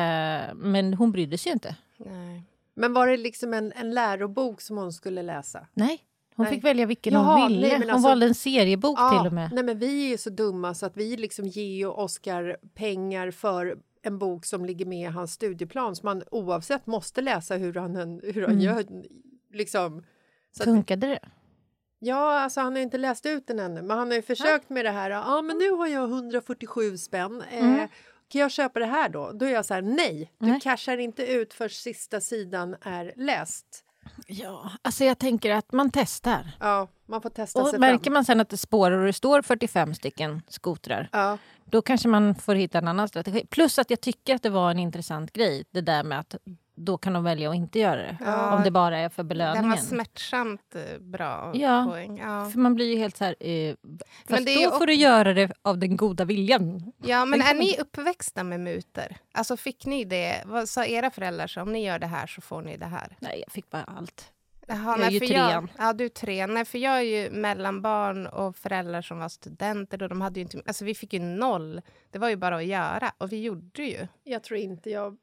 Men hon brydde sig ju inte. Nej. Men var det liksom en lärobok som hon skulle läsa? Nej. Hon fick välja vilken hon ville. Hon valde en seriebok till och med. Nej, men vi är ju så dumma så att vi liksom ger ju Oscar pengar för en bok som ligger med i hans studieplan. Så man oavsett måste läsa hur han gör. Liksom. Funkade det? Ja, alltså han har inte läst ut den ännu. Men han har ju försökt med det här. Ja, men nu har jag 147 spänn. Kan jag köpa det här då? Då är jag så här, nej. Du cashar inte ut för sista sidan är läst. Ja, alltså jag tänker att man testar. Ja, man får testa sig och märker man sen att det spårar och det står 45 stycken skotrar. Då kanske man får hitta en annan strategi. Plus att jag tycker att det var en intressant grej. Det där med att då kan de välja att inte göra det. Om det bara är för belöningen. Den var smärtsamt bra poäng. Ja. För man blir ju helt så här... men det då får du göra det av den goda viljan. Ja, men är ni uppväxta med mutor? Alltså fick ni det? Vad sa era föräldrar? Så om ni gör det här så får ni det här. Nej, jag fick bara allt. Jaha, jag är ju 3. Ja, du är 3. Nej, för jag är ju mellanbarn och föräldrar som var studenter. Och de hade ju inte, alltså vi fick ju 0. Det var ju bara att göra. Och vi gjorde ju. Jag tror inte jag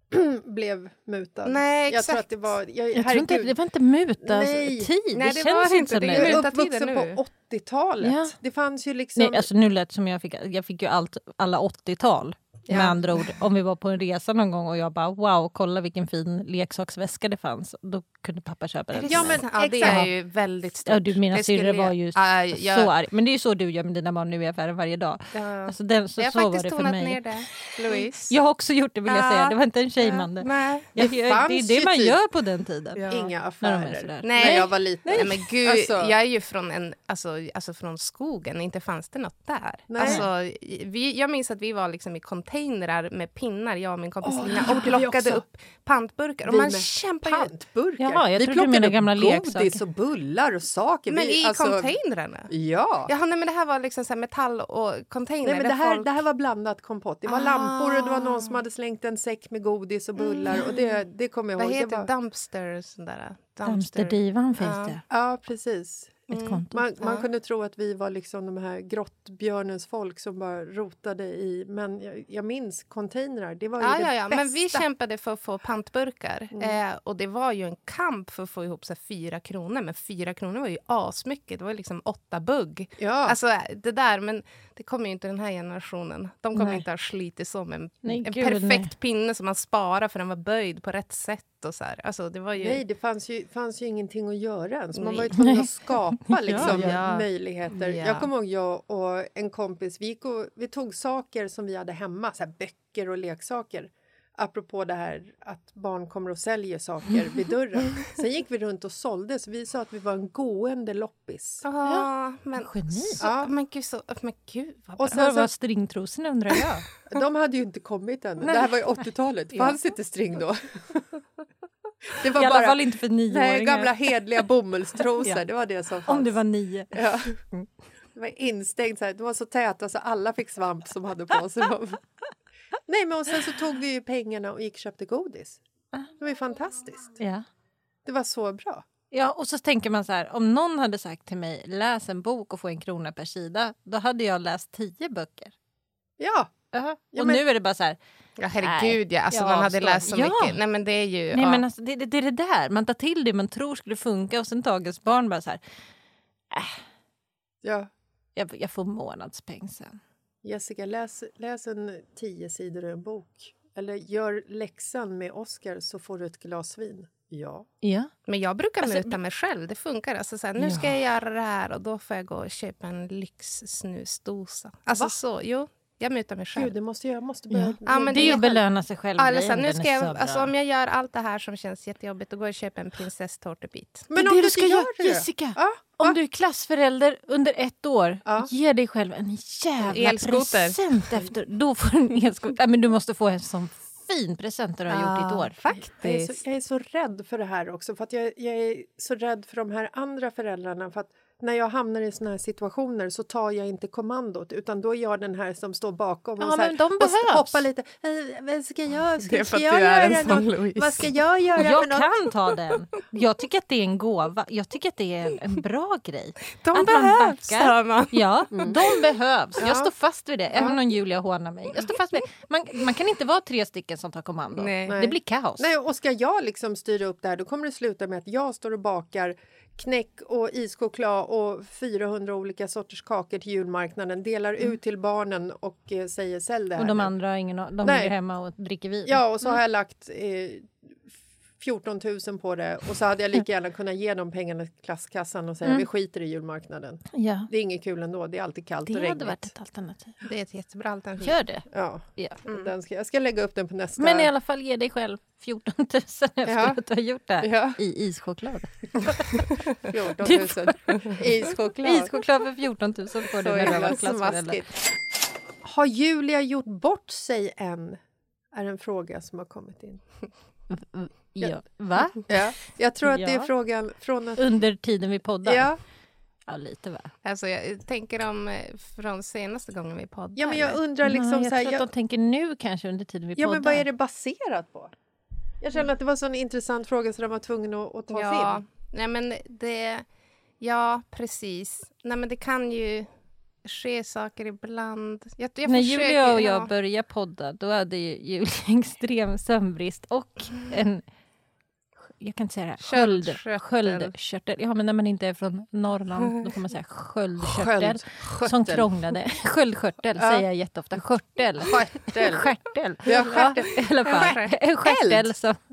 blev mutad. Nej, exakt. Jag tror att det var... Jag tror inte, det var inte mutas tid. Nej, det känns inte så. Jag är uppvuxen på 80-talet. Ja. Det fanns ju liksom... Nej, alltså nu lät som jag fick ju alla 80-tal. Med andra ord, om vi var på en resa någon gång och jag bara, wow, kolla vilken fin leksaksväska det fanns. Då kunde pappa köpa den. Ja, men det är ju väldigt stort. Ja, mina syrror var ju så arg. Men det är ju så du gör med dina barn nu i affären varje dag. Alltså, så var det för mig. Ner det, Louise. Jag har också gjort det, vill jag säga. Det var inte en tjejmande. Det är det man gör på den tiden. Ja. Inga affärer. När jag var liten. Nej, men gud, jag är ju från från skogen. Inte fanns det något där. Alltså, jag minns att vi var liksom i containrar med pinnar, jag och min kompis Lina, och plockade upp pantburkar. Och man kämpade pantburkar. Jaha, jag vi trodde du menade gamla godis leksaker. Och bullar och saker. Men i containrarna? Ja. Jaha, nej, men det här var liksom så här metall och container. Nej, men det här var blandat kompott. Det var lampor och det var någon som hade slängt en säck med godis och bullar. Och det kommer jag ihåg. Vad heter dumpster? Dumpsterdivan finns det. Ja, precis. Man kunde tro att vi var liksom de här grottbjörnens folk som bara rotade i, men jag minns containrar, det var ju det bästa. Men vi kämpade för att få pantburkar och det var ju en kamp för att få ihop så 4 kronor, men 4 kronor var ju asmycket, det var liksom 8 bugg. Ja. Alltså det där, men det kommer ju inte den här generationen. De kommer inte att slita som en perfekt pinne som man sparar för den var böjd på rätt sätt och så här. Alltså det var ju... Nej, det fanns ju ingenting att göra än, så man var ju tvungen att skapa liksom möjligheter. Ja. Jag kommer ihåg, jag och en kompis, vi tog saker som vi hade hemma, så här böcker och leksaker. Apropå det här att barn kommer och säljer saker vid dörren. Sen gick vi runt och sålde, så vi sa att vi var en gående loppis. Men geni. Men gud vad och sen var stringtrosorna, undrar jag. De hade ju inte kommit än. Det här var ju 80-talet. Fanns inte string då. Det var I alla bara, fall inte för 9-åringar. Nej, gamla hedliga bomullstrosor, Ja. det var det som fanns. Om du var 9. Ja. Det var instängt så här. Det var så täta så alla fick svamp som hade på sig. Nej, men och sen så tog vi ju pengarna och gick och köpte godis. Det var ju fantastiskt. Ja. Det var så bra. Ja, och så tänker man så här, om någon hade sagt till mig, läs en bok och få 1 krona per sida, då hade jag läst 10 böcker. Ja. Och men... nu är det bara så här, ja, herregud, ja. Alltså, man hade läst så mycket. Nej, men det är ju... Nej, men alltså, det är det där. Man tar till det man tror skulle funka och sen dagens barn bara så här, Ja. Jag får månadspeng sen. Jessica, läs en 10 sidor i en bok. Eller gör läxan med Oscar så får du ett glas vin. Ja. Men jag brukar muta mig själv. Det funkar. Alltså, så här, nu ska jag göra det här och då får jag gå och köpa en lyxsnusdosa. Alltså så, jo. Jag mutar mig själv. Gud, jag måste börja. Ja, men det är ju belöna sig själv. Alltså, nu ska jag, alltså, om jag gör allt det här som känns jättejobbigt, då går jag och köper en prinsesstårtebit. Men om du ska göra det, Jessica. Om du är klassförälder under 1 år, ge dig själv en jävla present efter. Då får du en elskoter. Men du måste få en sån fin present du har gjort i ett år. Faktiskt. Jag är så rädd för det här också. För att jag är så rädd för de här andra föräldrarna. För att när jag hamnar i såna här situationer så tar jag inte kommandot. Utan då är jag den här som står bakom. Och, så här, men de behövs. Hoppar lite. Vad ska jag Vad ska jag göra? Jag kan ta den. Jag tycker att det är en gåva. Jag tycker att det är en bra grej. De behövs, man. Ja, de behövs. Jag står fast vid det. Även om Julia hånar mig. Jag står fast vid det. Man kan inte vara 3 stycken som tar kommando. Nej. Det blir kaos. Nej, och ska jag liksom styra upp det här, då kommer det sluta med att jag står och bakar knäck och ischoklad och 400 olika sorters kakor till julmarknaden, delar ut till barnen och säger sälj det här. Och de andra de ligger hemma och dricker vin. Ja, och så har jag lagt 14 000 på det och så hade jag lika gärna kunnat ge dem pengarna till klasskassan och säga vi skiter i julmarknaden. Ja. Det är inget kul ändå, det är alltid kallt och regnigt. Det hade varit ett alternativ. Det är ett jättebra alternativ. Gör det. Ja. Jag ska lägga upp den på nästa. Men i alla fall ge dig själv 14 000 efter att du har gjort det här i ischoklad. 14 000 ischoklad. Ischoklad för 14 000 får du när du var klassförälder. Har Julia gjort bort sig än? Är en fråga som har kommit in. Ja. Va? Ja. Jag tror att det är frågan från att... Under tiden vi poddar? Ja. Ja, lite va? Alltså jag tänker om från senaste gången vi poddar. Ja, men jag undrar liksom jag så här... tror att de tänker nu kanske under tiden vi poddar. Ja, men vad är det baserat på? Jag känner att det var en sån intressant fråga så de var tvungna att ta sig in. Nej men det... Ja, precis. Nej men det kan ju ske saker ibland. När Julia och jag började podda, då hade ju Julia extrem sömnbrist och en... Jag kan inte säga det. Sköldkörtel. Ja, men när man inte är från Norrland, då får man säga sköldkörtel. Som krånglade. Sköldkörtel säger jag jätteofta. Stjärtel. Ja, stjärtel. I alla fall. En stjärtel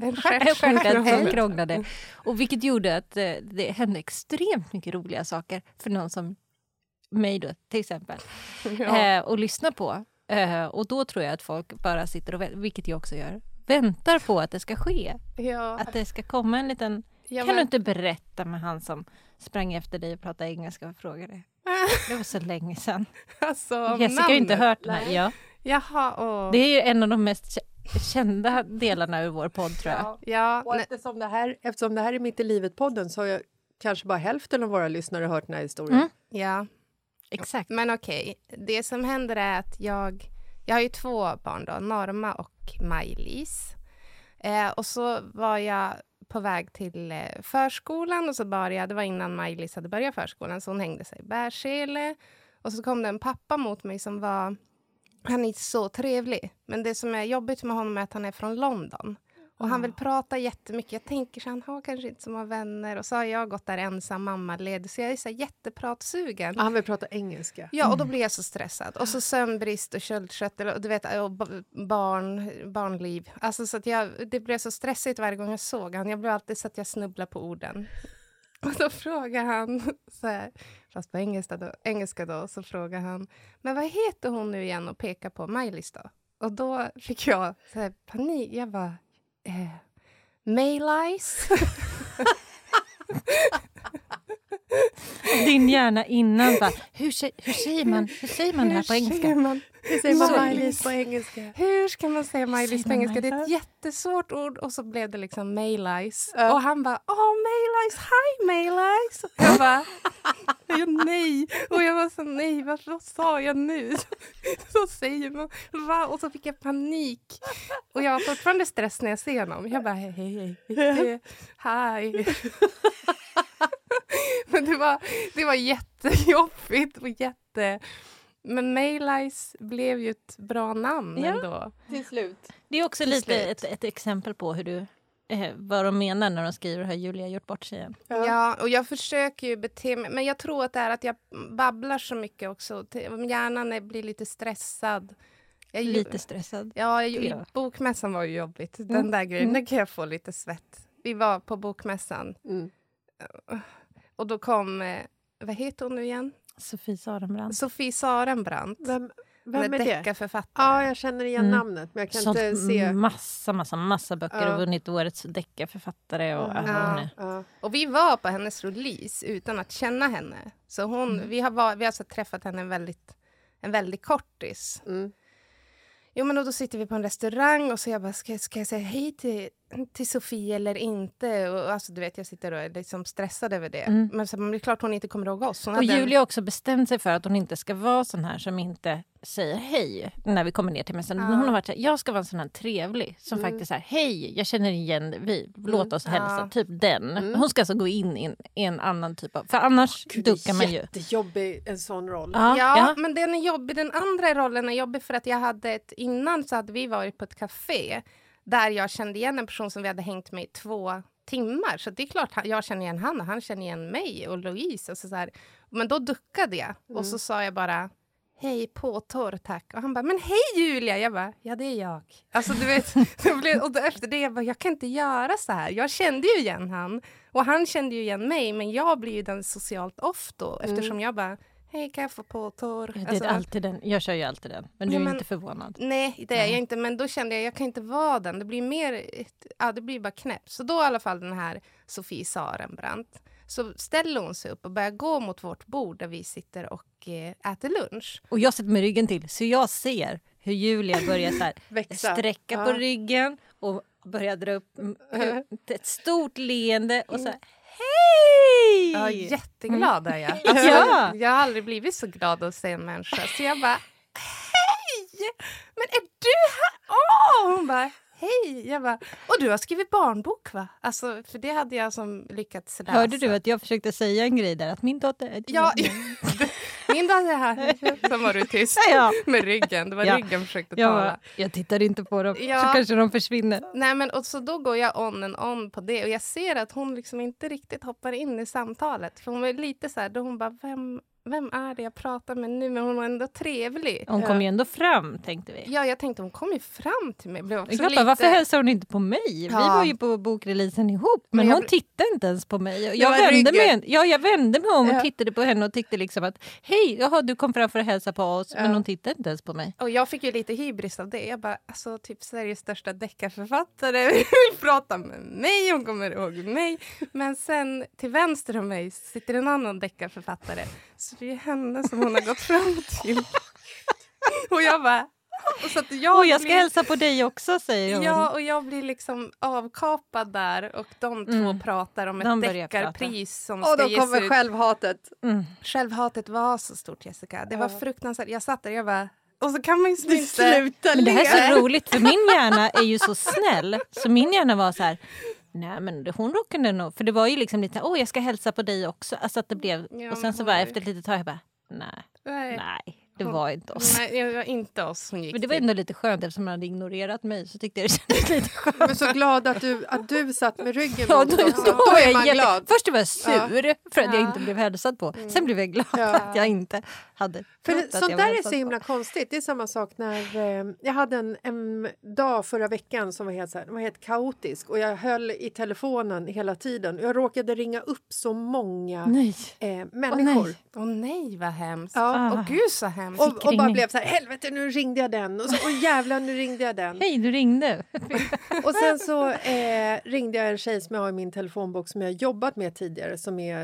som krånglade. Och vilket gjorde att det hände extremt mycket roliga saker för någon som mig då, till exempel. Och lyssna på. Och då tror jag att folk bara sitter och vilket jag också gör, väntar på att det ska ske. Ja. Att det ska komma en liten... Kan du inte berätta med han som sprang efter dig och pratade engelska och frågade? Det var så länge sedan. Alltså, Jessica har ju inte hört det här. Ja. Jaha, det är ju en av de mest kända delarna ur vår podd, tror jag. Ja. Och eftersom det här är mitt i livet-podden så har jag kanske bara hälften av våra lyssnare hört den här historien. Ja, exakt. Men okej, det som händer är att jag har ju 2 barn då, Norma och Maj-Lis. Och så var jag på väg till förskolan och så började, det var innan Maj-Lis hade börjat förskolan, så hon hängde sig i bärsele. Och så kom det en pappa mot mig som var, han är så trevlig. Men det som är jobbigt med honom är att han är från London. Och han vill prata jättemycket. Jag tänker så han har kanske inte så många vänner. Och så har jag gått där ensam mammaledig. Så jag är så jättepratsugen. Han vill prata engelska. Ja, och då blir jag så stressad. Och så sömnbrist och köldkörtel och du vet, och barnliv. Alltså så att det blev så stressigt varje gång jag såg han. Jag blev alltid så att jag snubblar på orden. Och då frågar han så här, fast på engelska då, så frågar han, men vad heter hon nu igen och pekar på Maj-Lis då? Och då fick jag så här panik. Jag bara, Maj-Lis. Din hjärna innan bara, hur säger man det här på engelska? Hur säger man Miley's på engelska? Hur ska man säga Miley's på engelska? Det är ett jättesvårt ord. Och så blev det liksom Maylys. Och han bara, Maylys, hi Maylys. Jag bara, nej. Och jag var så, nej, vad sa jag nu? Så säger man, va? Och så fick jag panik. Och jag har fortfarande stress när jag ser honom. Jag bara, hej. Hi. Men det var jättejobbigt och Men Maylys blev ju ett bra namn ändå. Till slut. Det är också lite ett exempel på hur du vad de menar när de skriver har Julia gjort bort sig igen. Ja, och jag försöker ju bete mig. Men jag tror att det är att jag babblar så mycket också. Hjärnan blir lite stressad. Lite stressad? Ja, bokmässan var ju jobbigt. Den där grejen, där kan jag få lite svett. Vi var på bokmässan. Och då kom, vad heter hon nu igen? Sofie Sarenbrant. Vem är det? Deckarförfattare. Ja, jag känner igen namnet, men jag kan inte se. Massa böcker och vunnit årets deckarförfattare. Och vi var på hennes release utan att känna henne. Så vi har alltså träffat henne en väldigt kortis. Jo, men då sitter vi på en restaurang och så jag bara, ska jag säga hej till Sofie eller inte? Och alltså, du vet, jag sitter och är liksom stressad över det. Men så, det är klart hon inte kommer ihåg oss. Julia har också bestämt sig för att hon inte ska vara sån här som inte säger hej när vi kommer ner till mässan. Hon har varit så här, jag ska vara en sån här trevlig som faktiskt säger hej, jag känner igen låt oss hälsa, typ den. Hon ska alltså gå in i en annan typ av, för annars duckar man ju. Det är jättejobbig en sån roll. Ja, men den är jobbig. Den andra rollen är jobbig för att jag hade innan så hade vi varit på ett café där jag kände igen en person som vi hade hängt med i 2 timmar. Så det är klart, jag känner igen han och han känner igen mig och Louise. Och så här. Men då duckade jag. Och så sa jag bara, hej, på torr, tack. Och han bara, men hej Julia. Jag bara, ja det är jag. Alltså du vet, och då efter det jag bara, jag kan inte göra så här. Jag kände ju igen han. Och han kände ju igen mig. Men jag blir ju den socialt off då. Eftersom jag bara, hej, kan jag få på torr? Det är alltid den. Jag kör ju alltid den. Men du är inte förvånad. Nej, det är jag inte. Men då kände jag kan inte vara den. Det blir mer, det blir bara knäppt. Så då i alla fall den här Sofie Sarenbrant. Så ställer hon sig upp och börjar gå mot vårt bord där vi sitter och äter lunch. Och jag sitter med ryggen till. Så jag ser hur Julia börjar så här sträcka på ryggen och börjar dra upp ett stort leende och så här, hej! Ja, jätteglad är jag. Alltså, jag har aldrig blivit så glad att se en människa. Så jag bara, hej! Men är du här? Hon bara, hej! Jag bara, och du har skrivit barnbok va? Alltså, för det hade jag som lyckats läsa. Hörde du att jag försökte säga en grej där? Att min dotter är... Ja, min dotter är här. Så var du tyst med ryggen. Det var ryggen försökte tala. Jag tittade inte på dem, så kanske de försvinner. Nej, men och så då går jag on på det. Och jag ser att hon liksom inte riktigt hoppar in i samtalet. För hon var lite så här, då hon bara, vem är det jag pratar med nu? Men hon var ändå trevlig. Hon kom ju ändå fram, tänkte vi. Ja, jag tänkte hon kom ju fram till mig. Varför hälsar hon inte på mig? Vi var ju på bokreleasen ihop. Men hon tittade inte ens på mig. Jag vände mig om och tittade på henne och tyckte liksom att hej, du kom fram för att hälsa på oss. Men hon tittade inte ens på mig. Och jag fick ju lite hybris av det. Jag bara, alltså typ Sveriges största deckarförfattare vill prata med mig. Hon kommer ihåg mig. Men sen till vänster om mig sitter en annan deckarförfattare. Så det är henne som hon har gått fram till. Och jag bara... jag ska hälsa på dig också, säger hon. Ja, och jag blir liksom avkapad där. Och de två pratar om ett deckarpris som ska ges ut. Och då kommer självhatet. Självhatet var så stort, Jessica. Det var fruktansvärt. Jag satt där och jag bara... Och så kan man ju sluta. Men det här är så roligt, för min hjärna är ju så snäll. Så min hjärna var så här... Nej, men hon råkade nog. För det var ju liksom lite, jag ska hälsa på dig också. Alltså att det blev, och sen så bara efter ett litet tag jag bara, nej, det var inte oss. Nej, det var inte oss hon gick. Men det var ändå lite skönt eftersom hon hade ignorerat mig, så tyckte jag det kändes lite skönt. Jag är så glad att du satt med ryggen mot också. Då är man glad. Först var jag sur för att jag inte blev hälsad på. Sen blev jag glad för att jag inte hade. För sånt där är så himla konstigt. Det är samma sak när jag hade en dag förra veckan som var helt kaotisk. Och jag höll i telefonen hela tiden. Jag råkade ringa upp så många människor. Åh nej, vad hemskt. Åh gud så hemskt. Och bara blev så här, helvete nu ringde jag den. Och så, jävlar nu ringde jag den. Hej, du ringde. Och sen så ringde jag en tjej som jag har i min telefonbok som jag har jobbat med tidigare. Som är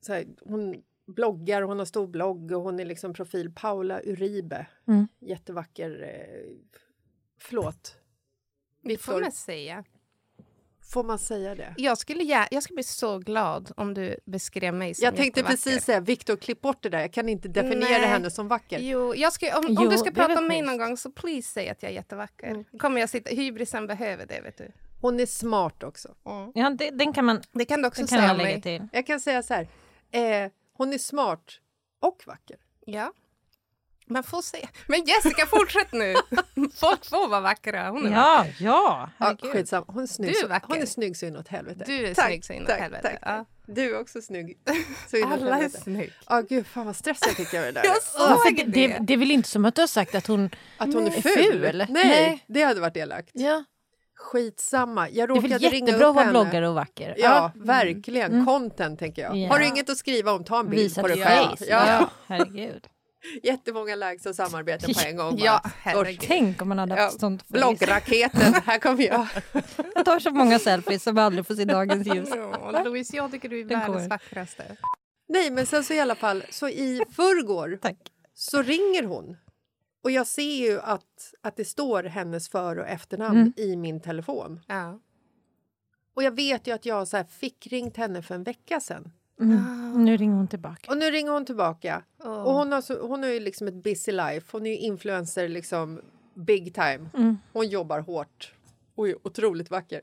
så här, hon bloggar, hon har stor blogg och hon är liksom profil Paula Uribe. Jättevacker. Förlåt. Det får man säga. Får man säga det? Jag skulle bli så glad om du beskrev mig som jag tänkte jättevacker. precis säga, Victor, klipp bort det där. Jag kan inte definiera henne som vacker. Jo, om du ska prata om mig någon gång så please säg att jag är jättevacker. Kommer jag sitta, hybrisen behöver det, vet du. Hon är smart också. Ja, det kan du också säga säga lägga mig. till. Jag kan säga så här, hon är smart och vacker. Ja. Man får se. Men Jessica, fortsätt nu. Folk får vara vackra. Hon är vacker. Ja. Skitsamma. Hon är snygg. Du är vacker. Hon är snygg så inåt helvete. Du är snygg så inåt helvete. Tack. Ja. Du är också snygg. Så inåt Alla är helvete. snygg. Gud, fan vad stressad jag tycker över det där. Jag såg det är väl inte som att du har sagt att hon är ful? Nej, det hade varit elakt. Ja. Skitsamma. Jag Det är råkade väl ringa jättebra upp att vara henne. bloggare och vacker. Ja, verkligen. Content, tänker jag. Ja. Har du inget att skriva om, ta en bild Visa på dig ditt själv. face. Ja, herregud. Jättemånga likes och samarbeten på en gång. Ja, herregud. Tänk om man hade haft sånt face. Bloggraketen, här kommer jag. Jag tar så många selfies som aldrig får se dagens ljus. Ja, Louise, jag tycker du är världens vackraste. Nej, men sen så i alla fall, så i förrgår så ringer hon. Och jag ser ju att det står hennes för- och efternamn i min telefon. Ja. Och jag vet ju att jag så här fick ringt henne för en vecka sedan. Nu ringer hon tillbaka. Och nu ringer hon tillbaka. Och hon har ju liksom ett busy life. Hon är ju influencer liksom big time. Hon jobbar hårt. Och är otroligt vacker.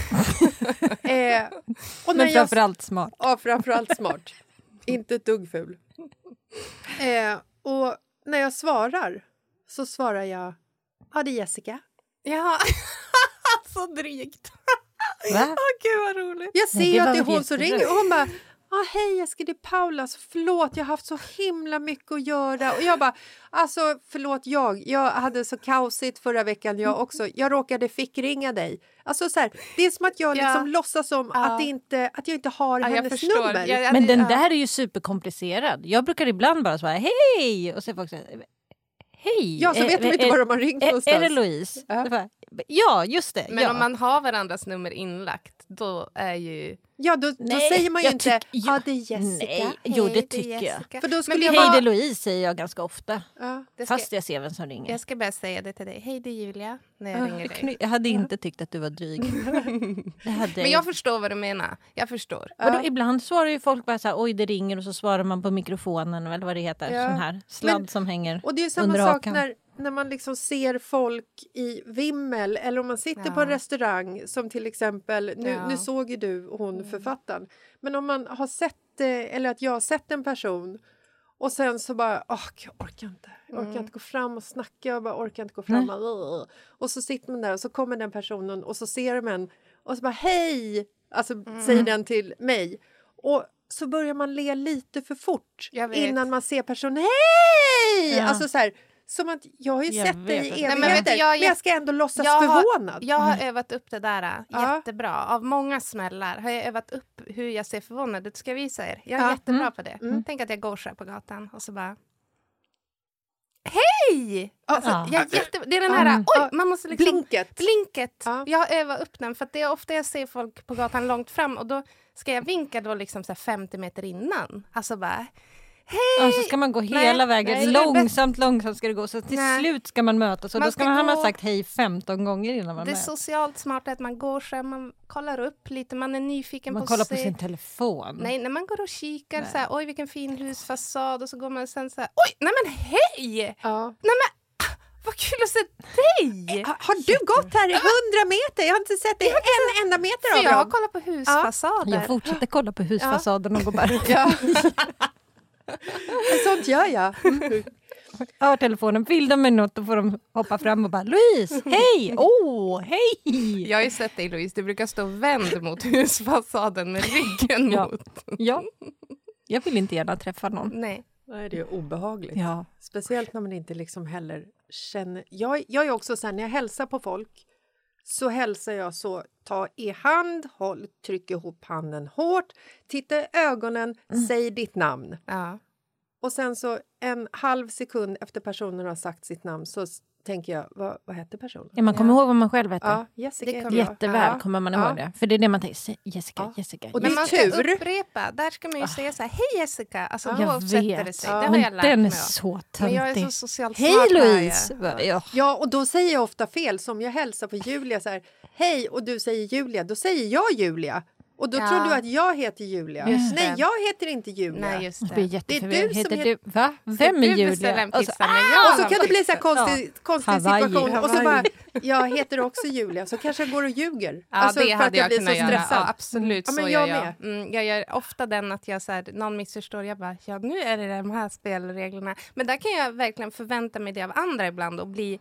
Och men framförallt smart. Ja, framförallt smart. Inte ett dugg ful. Och när jag svarar så svarar jag, ja, det är Jessica. Ja, så drygt. Va? Gud vad roligt. Jag ser ju att det är hon som ringer och hon bara, hej Jessica, det är Paula, så förlåt, jag har haft så himla mycket att göra. Och jag bara, alltså förlåt, jag hade så kaosigt förra veckan jag också. Jag råkade fick ringa dig. Alltså så här, det är som att jag liksom låtsas som att jag inte har hennes nummer. Men den där är ju superkomplicerad. Jag brukar ibland bara svara hej och så folk säger hej. Ja, så vet de inte var de har ringt någonstans. Är det Louise? Ja, just det. Men om man har varandras nummer inlagt, då är ju... Ja, då säger man ju inte, det är Jessica. Nej, jo, det tycker jag. För då skulle hej, det är Louise säger jag ganska ofta. Fast jag ser vem som ringer. Jag ska bara säga det till dig. Hej, det är Julia. När jag ringer dig. Jag hade inte tyckt att du var dryg. Men jag förstår vad du menar. Jag förstår. Och då, ibland svarar ju folk bara så här, oj det ringer, och så svarar man på mikrofonen eller vad det heter. Sån här sladd som hänger. Och det är samma sak när man liksom ser folk i vimmel eller om man sitter på en restaurang som till exempel, nu såg ju du hon författaren, men om man har sett eller att jag har sett en person och sen så bara, jag orkar inte gå fram och snacka, jag bara orkar inte gå fram och så sitter man där och så kommer den personen och så ser de en och så bara hej, alltså säger den till mig och så börjar man le lite för fort innan man ser personen, hej! Alltså så här, som att jag har ju sett dig i evigheter, men jag ska ändå låtsas förvånad. Jag har övat upp det där jättebra. Av många smällar har jag övat upp hur jag ser förvånad ut. Ska jag visa er? Jag är jättebra på det. Tänk att jag går så här på gatan och så bara... Hej! Alltså, det är den här... man måste liksom... Blinket. Jag har övat upp den för att det är ofta jag ser folk på gatan långt fram och då ska jag vinka då liksom så här 50 meter innan. Alltså bara... Hej! Och så ska man gå hela vägen. Långsamt ska det gå. Så till slut ska man mötas. Och då ska man ha sagt hej 15 gånger innan man möts. Det är socialt smart att man går så här, man kollar upp lite. Man är nyfiken man på kollar på sin telefon. Nej, när man går och kikar så här, oj vilken fin husfasad. Och så går man sen så här, oj, nej men hej! Nej men, vad kul att se dig! Har du gått här i 100 meter? Jag har inte sett dig en enda meter av dem. Jag har kollat på husfasader. Jag fortsätter kolla på husfasaden och går bara... Sånt gör jag. Jag har telefonen, vill de med något, då får de hoppa fram och bara Louise, hej! Hej! Jag har ju sett dig Louise, du brukar stå vänd mot husfasaden med ryggen mot. Ja, jag vill inte gärna träffa någon. Nej, det är obehagligt. Ja. Speciellt när man inte liksom heller känner... Jag är också så här, när jag hälsar på folk så hälsar jag så, ta i hand, tryck ihop handen hårt, titta i ögonen, säg ditt namn. Ja. Och sen så en halv sekund efter personen har sagt sitt namn så tänker jag, vad heter personen? Ja, man kommer ihåg vad man själv heter. Ja, Jessica. Jätteväl kommer man ihåg det. För det är det man tänker, Jessica. Och det men man är ska tur. upprepa. Där ska man ju säga så här, hej Jessica. Alltså då Jag uppsätter det vet. sig. Det har Men jag lärt den är mig. så Men jag är så töntig. socialt Hej smart här, Louise! Ja, och då säger jag ofta fel. Som jag hälsar på Julia så här, hej, och du säger Julia. Då säger jag Julia. Och då tror du att jag heter Julia. Just Nej, det. jag heter inte Julia. Nej, just Jag det. blir Det är jätteförvirrad. du som Heter heter... du? Va? Vem är Du Julia? beställer en Och så- pizza, men jag Och så har kan det bli så här pizza. konstig Hawaii. situation. Och så bara, jag heter också Julia. Så kanske jag går och ljuger. Ja, Alltså, det för hade att jag jag blir kunnat så göra. stressad. Ja, absolut, Ja, men så jag gör med. jag. Jag gör ofta den att jag så här, någon missförstår, jag bara, ja nu är det de här spelreglerna. Men där kan jag verkligen förvänta mig det av andra ibland och bli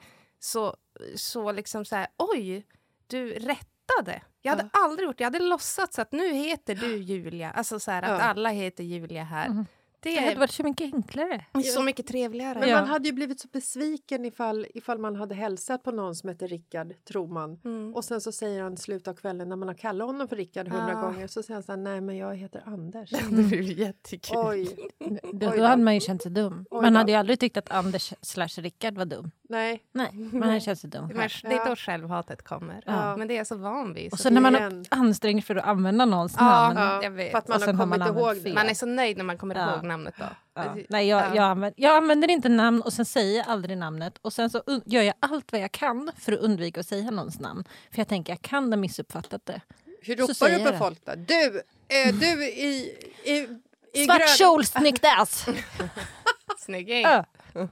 så liksom så här, oj, du rättade. Jag hade aldrig gjort det. Jag hade låtsats att nu heter du Julia. Alltså så här, att alla heter Julia här. Det hade varit så mycket enklare. Så mycket trevligare. Men man hade ju blivit så besviken ifall man hade hälsat på någon som heter Rickard, tror man. Och sen så säger han i slutet av kvällen när man har kallat honom för Rickard 100 gånger. Så säger han så här, nej men jag heter Anders. Det blir jättekul. Oj. Då hade man ju känt sig dum. Man hade ju aldrig tyckt att Anders / Rickard var dum. Nej. Man hade känt sig dum. Det är då självhatet kommer. Ja. Men det är jag så van vid. Och så när man har ansträngt för att använda någons namn. Jag vet. För att man Och sen har har kommit man ihåg använt det. fel. Man är så nöjd när man kommer ihåg namnet då. Ja. Nej, jag använder inte namn och sen säger jag aldrig namnet. Och sen så gör jag allt vad jag kan för att undvika att säga någons namn. För jag tänker, jag kan ha missuppfattat det. Hur ropar du på folk då? Du i Svart kjol, snyggt ass! Snygging. Ja.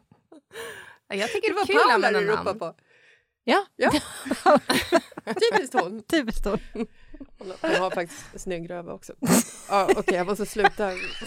Jag tycker det var kul kul när att du använda ropar namn. på. Ja. Typiskt hon. Typiskt då. Hon har faktiskt snygg röv också. Ja, okej, jag måste sluta.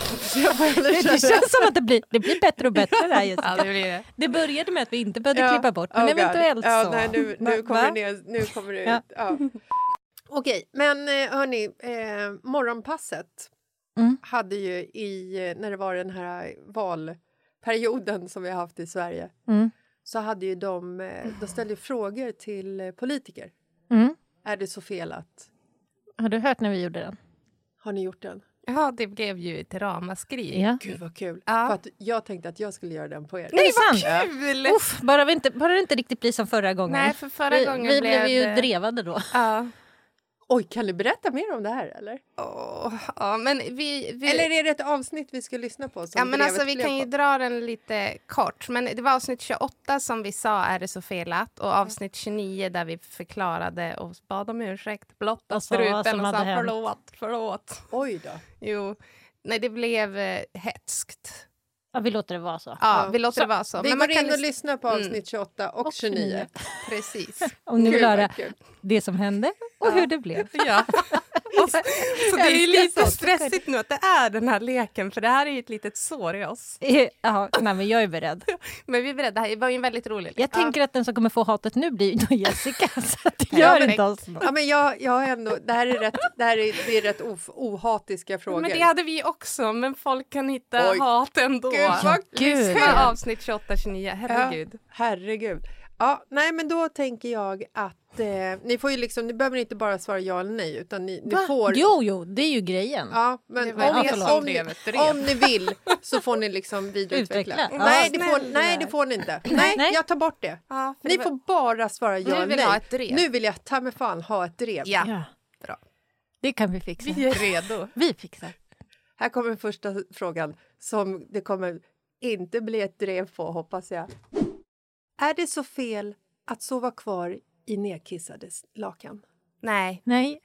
Det känns som att det blir bättre och bättre där, Jessica. Ja, det blir det. Det började med att vi inte behövde klippa bort, men eventuellt ja, så. Nej, nu kommer det ner. Nu kommer det ut. Ja. Okej, men hörni, morgonpasset hade ju när det var den här valperioden som vi har haft i Sverige, så hade ju de ställde frågor till politiker. Är det så fel att... Har du hört när vi gjorde den? Har ni gjort den? Ja, det blev ju ett ramaskri. Ja. Gud vad kul. Ja. För att jag tänkte att jag skulle göra den på er. Nej, vad sant. kul! Uff, bara det inte riktigt blir som förra gången. Nej, för förra gången vi blev blev ju det- drevade då. Ja. Oj, kan du berätta mer om det här eller? Ja, men vi... Eller är det ett avsnitt vi ska lyssna på? Som Ja, men alltså, vi blev kan ju på? dra den lite kort. Men det var avsnitt 28 som vi sa är det så felat. Och avsnitt 29 där vi förklarade och bad om ursäkt. Blotta Och sa vad struten som och sa hade hänt. förlåt. Oj då. Jo, nej det blev hetskt. Ja, vi låter det vara så. Ja, vi låter det vara så. Vi Men man går kan in och lyssnar på avsnitt 28 och 29. Precis. Om ni vill Gud, vad höra kul. det som hände och hur det blev. Ja. Så det är ju älskar lite sånt. stressigt nu att det är den här leken. För det här är ju ett litet sår i oss. Ja, nej, men jag är beredd. Men vi är beredda. Det här var ju en väldigt rolig lek. Jag tänker att den som kommer få hatet nu blir då Jessica. Så att det Ja, gör men- inte oss något. Ja, men jag har ändå, det är rätt ohatiska frågor. Men det hade vi också, men folk kan hitta Oj. hat ändå. Gud, vad Gud. Lyssna avsnitt 28-29, herregud. Ja, herregud. Ja, nej men då tänker jag att ni får ju liksom, ni behöver inte bara svara ja eller nej, utan ni får... Jo, det är ju grejen. Ja, men Det var det som om blev ett drev. ni vill så får ni liksom vidareutveckla. Utveckla. Nej, Ja, nej, det får ni inte. Nej, jag tar bort det. Ja, för Ni det får var- bara svara ja Nu eller vill nej. jag ha ett drev. Nu vill jag ta med fan ha ett drev. Ja, Ja, bra. det kan vi fixa. Vi är redo. Vi fixar. Här kommer den första frågan som det kommer inte bli ett drev på, hoppas jag. Är det så fel att sova kvar i nedkissade lakan? Nej, Nej,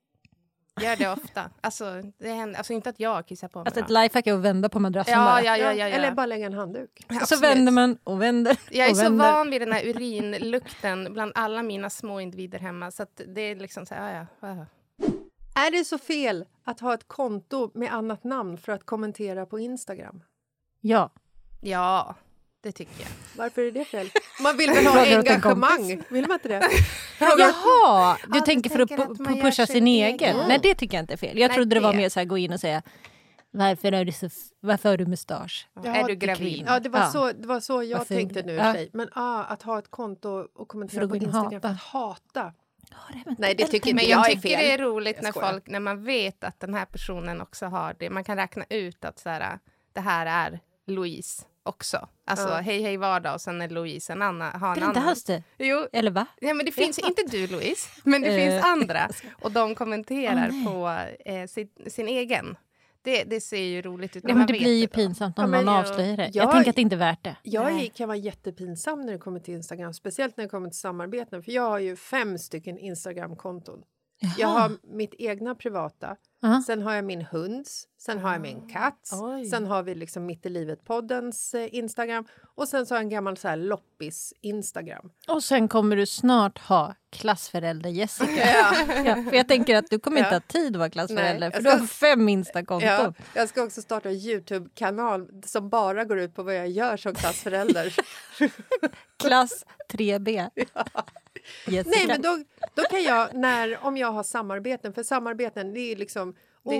gör det ofta. Alltså, det händer, alltså inte att jag kissar på mig. alltså ett då. lifehack är att vända på madrassen Ja, bara. ja. Eller bara lägga en handduk. Och så Absolut. vänder man och vänder Jag är och så vänder. van vid den här urinlukten bland alla mina små individer hemma. Så att det är liksom så här, ja. Är det så fel att ha ett konto med annat namn för att kommentera på Instagram? Ja. Ja, det tycker jag. Varför är det fel? Man vill väl ha Frågar åt en engagemang? Vill man inte det? Jaha, du du tänker för att tänker att man gör pusha sin sin egen. egen. Mm. Nej, det tycker jag inte är fel. Jag Nej, trodde det var det. mer så här, gå in och säga varför har du mustasch? Är du gravid? Ja, det var, Ja. Så, det var så jag Varför- tänkte nu i ja. sig. Men att ha ett konto och kommentera För att på gå in och Instagram hata. för att hata. Har det Nej, det tycker inte Men jag jag är tycker fel. det är roligt Jag när skojar. när man vet att den här personen också har det. Man kan räkna ut att så här, det här är Louise också. Alltså hej vardag och sen är Louise en annan. Är det inte alls det? Jo. Eller va? Ja, men det finns inte du Louise, men det finns andra. Och de kommenterar på sin egen. Det ser ju roligt ut. Ja, men det blir ju pinsamt om någon avslöjar det. Jag tänker att det inte är värt det. Jag kan vara jättepinsam när det kommer till Instagram. Speciellt när det kommer till samarbeten. För jag har ju 5 stycken Instagram-konton. Jaha. Jag har mitt egna privata. Sen har jag min hunds. Sen har jag min katt. Sen har vi liksom Mitt i livet-poddens Instagram. Och sen så har jag en gammal så här loppis-Instagram. Och sen kommer du snart ha klassförälder Jessica. För jag tänker att du kommer inte ha tid att vara klassförälder. För du har 5 Insta-konton. Ja, jag ska också starta en YouTube-kanal som bara går ut på vad jag gör som klassförälder. Klass 3B. Jessica. Nej, men då kan jag, om jag har samarbeten, för samarbeten det är liksom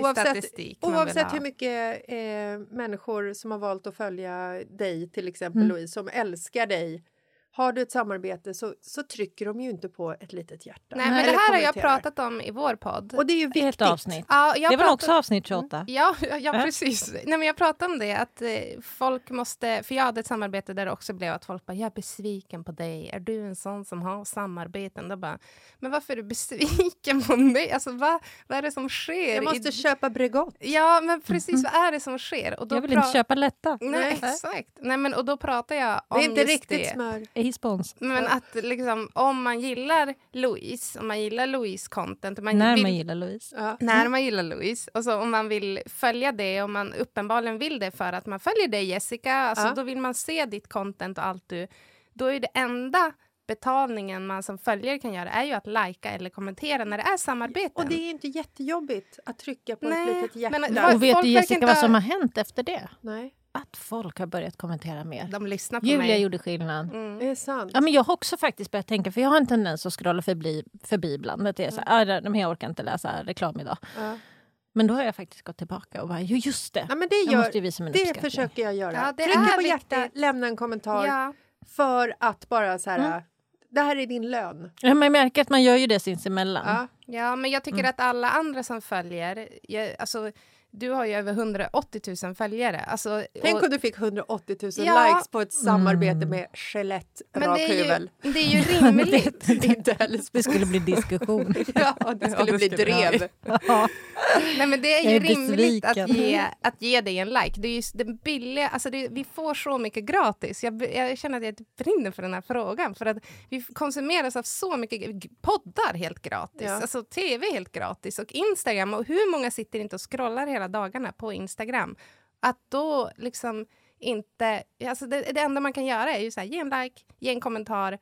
oavsett hur mycket människor som har valt att följa dig till exempel Louise, som älskar dig. Har du ett samarbete så trycker de ju inte på ett litet hjärta. Nej, men det här har jag pratat om i vår podd. Och det är ju viktigt. Ett avsnitt. Ja, det var också avsnitt 28. Ja, precis. Nej, men jag pratade om det, att folk måste... För jag hade ett samarbete där det också blev att folk bara, jag är besviken på dig. Är du en sån som har samarbeten? Då bara, men varför är du besviken på mig? Alltså, vad är det som sker? Jag måste köpa Bregott. Ja, men precis, vad är det som sker? Och då jag vill inte köpa lätta. Nej, exakt. Nej, men, och då pratar jag om det är inte just riktigt smör. Men att liksom, om man gillar Louise, om man gillar Louise-content. När man gillar Louise. Ja. När man gillar Louise. Och så om man vill följa det, om man uppenbarligen vill det för att man följer dig Jessica, alltså då vill man se ditt content och allt då är det enda betalningen man som följare kan göra är ju att likea eller kommentera när det är samarbeten. Och det är inte jättejobbigt att trycka på ett litet hjärta. Och vet du Jessica vad som har hänt efter det? Nej. Att folk har börjat kommentera mer. De lyssnar på Julia mig. gjorde skillnad. Det är sant. Ja, men jag har också faktiskt börjat tänka, för jag har en tendens att scrolla förbi ibland. Det är så här, jag orkar inte läsa reklam idag. Men då har jag faktiskt gått tillbaka och bara, just det. Ja, men det försöker jag göra. Ja, trycka på hjärta, lämna en kommentar för att bara så här, det här är din lön. Ja, men jag märker att man gör ju det sinsemellan. Ja, men jag tycker att alla andra som följer, alltså du har ju över 180 000 följare. Alltså, tänk om du fick 180 000 likes på ett samarbete med Skellett rakhyvel. Det är ju rimligt. Det skulle bli diskussion. Det skulle bli drev. Nej, men det är ju rimligt att ge dig en like. Det är ju det billiga, alltså vi får så mycket gratis. Jag känner att jag brinner för den här frågan. För att vi konsumeras av så mycket poddar helt gratis. Alltså tv helt gratis. Och Instagram. Och hur många sitter inte och scrollar hela dagarna på Instagram? Att då liksom inte... Alltså det enda man kan göra är ju så här, ge en like, ge en kommentar.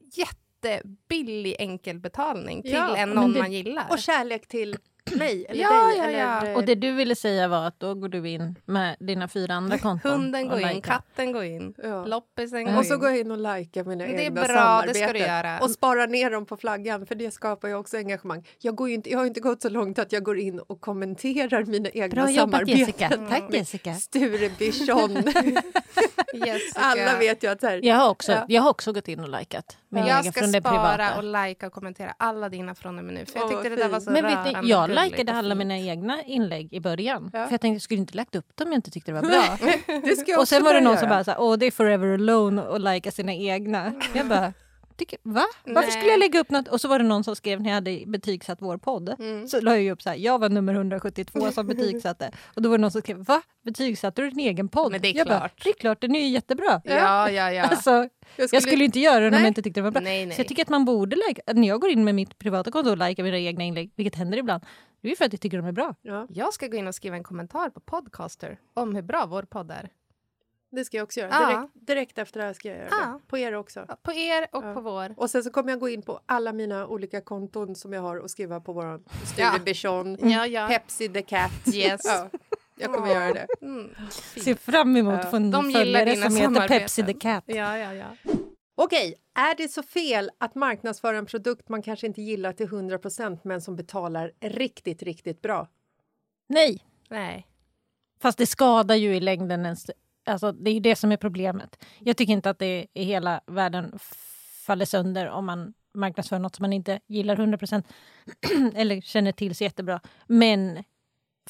Jättebillig enkel betalning till någon man gillar. Och kärlek till mig eller dig. Eller... Och det du ville säga var att då går du in med dina 4 andra konton. Hunden går in, katten går in, loppisen går in. Och så går jag in och likar mina egna samarbeten. Det är bra, det ska du göra. Och spara ner dem på flaggan, för det skapar ju också engagemang. Jag har inte gått så långt att jag går in och kommenterar mina egna samarbeten. Jessica. Tack Jessica. Sture Bichon. Alla vet ju att här. Jag har också gått in och likat. Jag ska spara och likea och kommentera alla dina från och med nu. För jag tyckte det där var så rörande. Men jag likade alla mina egna inlägg i början. För jag tänkte jag skulle inte lagt upp dem om jag inte tyckte det var bra. Och sen var det någon som bara så det är forever alone och lika sina egna. Jag bara, va? Varför skulle jag lägga upp något? Och så var det någon som skrev när jag hade betygsatt vår podd. Så la jag upp så här, jag var nummer 172 som betygsatte. Och då var det någon som skrev, va? Betygsatte du din egen podd? Men det är jag klart. Bara, det är klart, den är ju jättebra. Ja. Alltså, jag skulle inte göra det om jag inte tyckte det var bra. Nej. Så jag tycker att man borde när jag går in med mitt privata konto och likar mina egna inlägg, vilket händer ibland, det är för att jag tycker de är bra. Ja. Jag ska gå in och skriva en kommentar på Podcaster om hur bra vår podd är. Det ska jag också göra. Direkt efter det här ska jag göra det. På er också. Ja, på er och på vår. Och sen så kommer jag gå in på alla mina olika konton som jag har och skriva på våran Sture Bichon, Pepsi the Cat. Yes. Jag kommer göra det. Se fram emot att få en följare som heter Pepsi the Cat. Ja. Okej, är det så fel att marknadsföra en produkt man kanske inte gillar till 100% men som betalar riktigt, riktigt bra? Nej. Nej. Fast det skadar ju i längden alltså det är ju det som är problemet. Jag tycker inte att det i hela världen faller sönder om man marknadsför något som man inte gillar 100% eller känner till så jättebra. Men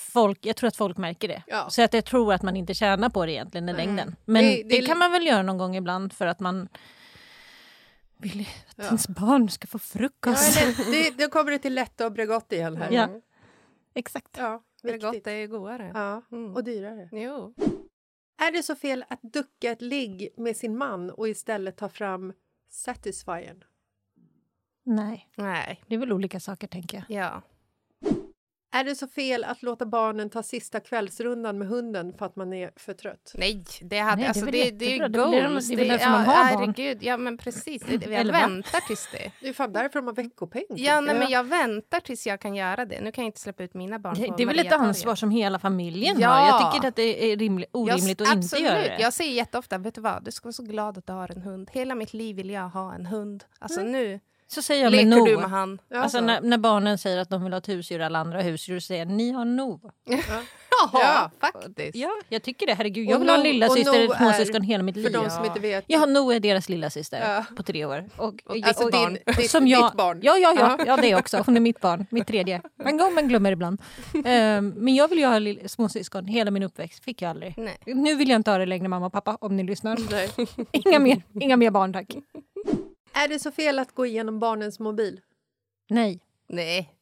jag tror att folk märker det. Ja. Så att jag tror att man inte tjänar på det egentligen i längden. Men det kan man väl göra någon gång ibland för att man vill att ens barn ska få frukost. Ja, då kommer det till Letto och Bregott igen här. Ja, exakt. Ja, Bregott är ju godare. Ja, och dyrare. Jo. Är det så fel att ducka ett ligg med sin man och istället ta fram Satisfyern? Nej, Nej. det är väl olika saker tänker jag. Ja. Är det så fel att låta barnen ta sista kvällsrundan med hunden för att man är för trött? Nej, det är ju jättebra. goals. Det är väl därför man har barn. Herregud, ja men precis. Jag Eller väntar tills det. Det är fan därför de har veckopeng. Ja, nej, men jag väntar tills jag kan göra det. Nu kan jag inte släppa ut mina barn på Det är väl ett Mariatorget. ansvar som hela familjen Ja. har. Jag tycker att det är orimligt att inte göra det. Jag säger jätteofta, vet du vad, du ska vara så glad att du har en hund. Hela mitt liv vill jag ha en hund. Alltså nu Så säger jag leker med du No. med han. Alltså när barnen säger att de vill ha ett husdjur eller andra husdjur så säger jag, ni har No. Ja, faktiskt. Ja, jag tycker det. Herregud, Och jag vill ha en No- lilla och syster No eller småsyskon är, hela mitt liv. För de som inte vet. Ja, No är deras lilla syster på 3 år. Alltså barn. ditt barn. Ja, det också. Hon är mitt barn, mitt 3:e. Man går men glömmer ibland. Men jag vill ju ha småsyskon hela min uppväxt. Fick jag aldrig. Nej. Nu vill jag inte ha det längre, mamma och pappa, om ni lyssnar. Nej. Inga mer barn, tack. Är det så fel att gå igenom barnens mobil? Nej. Nej.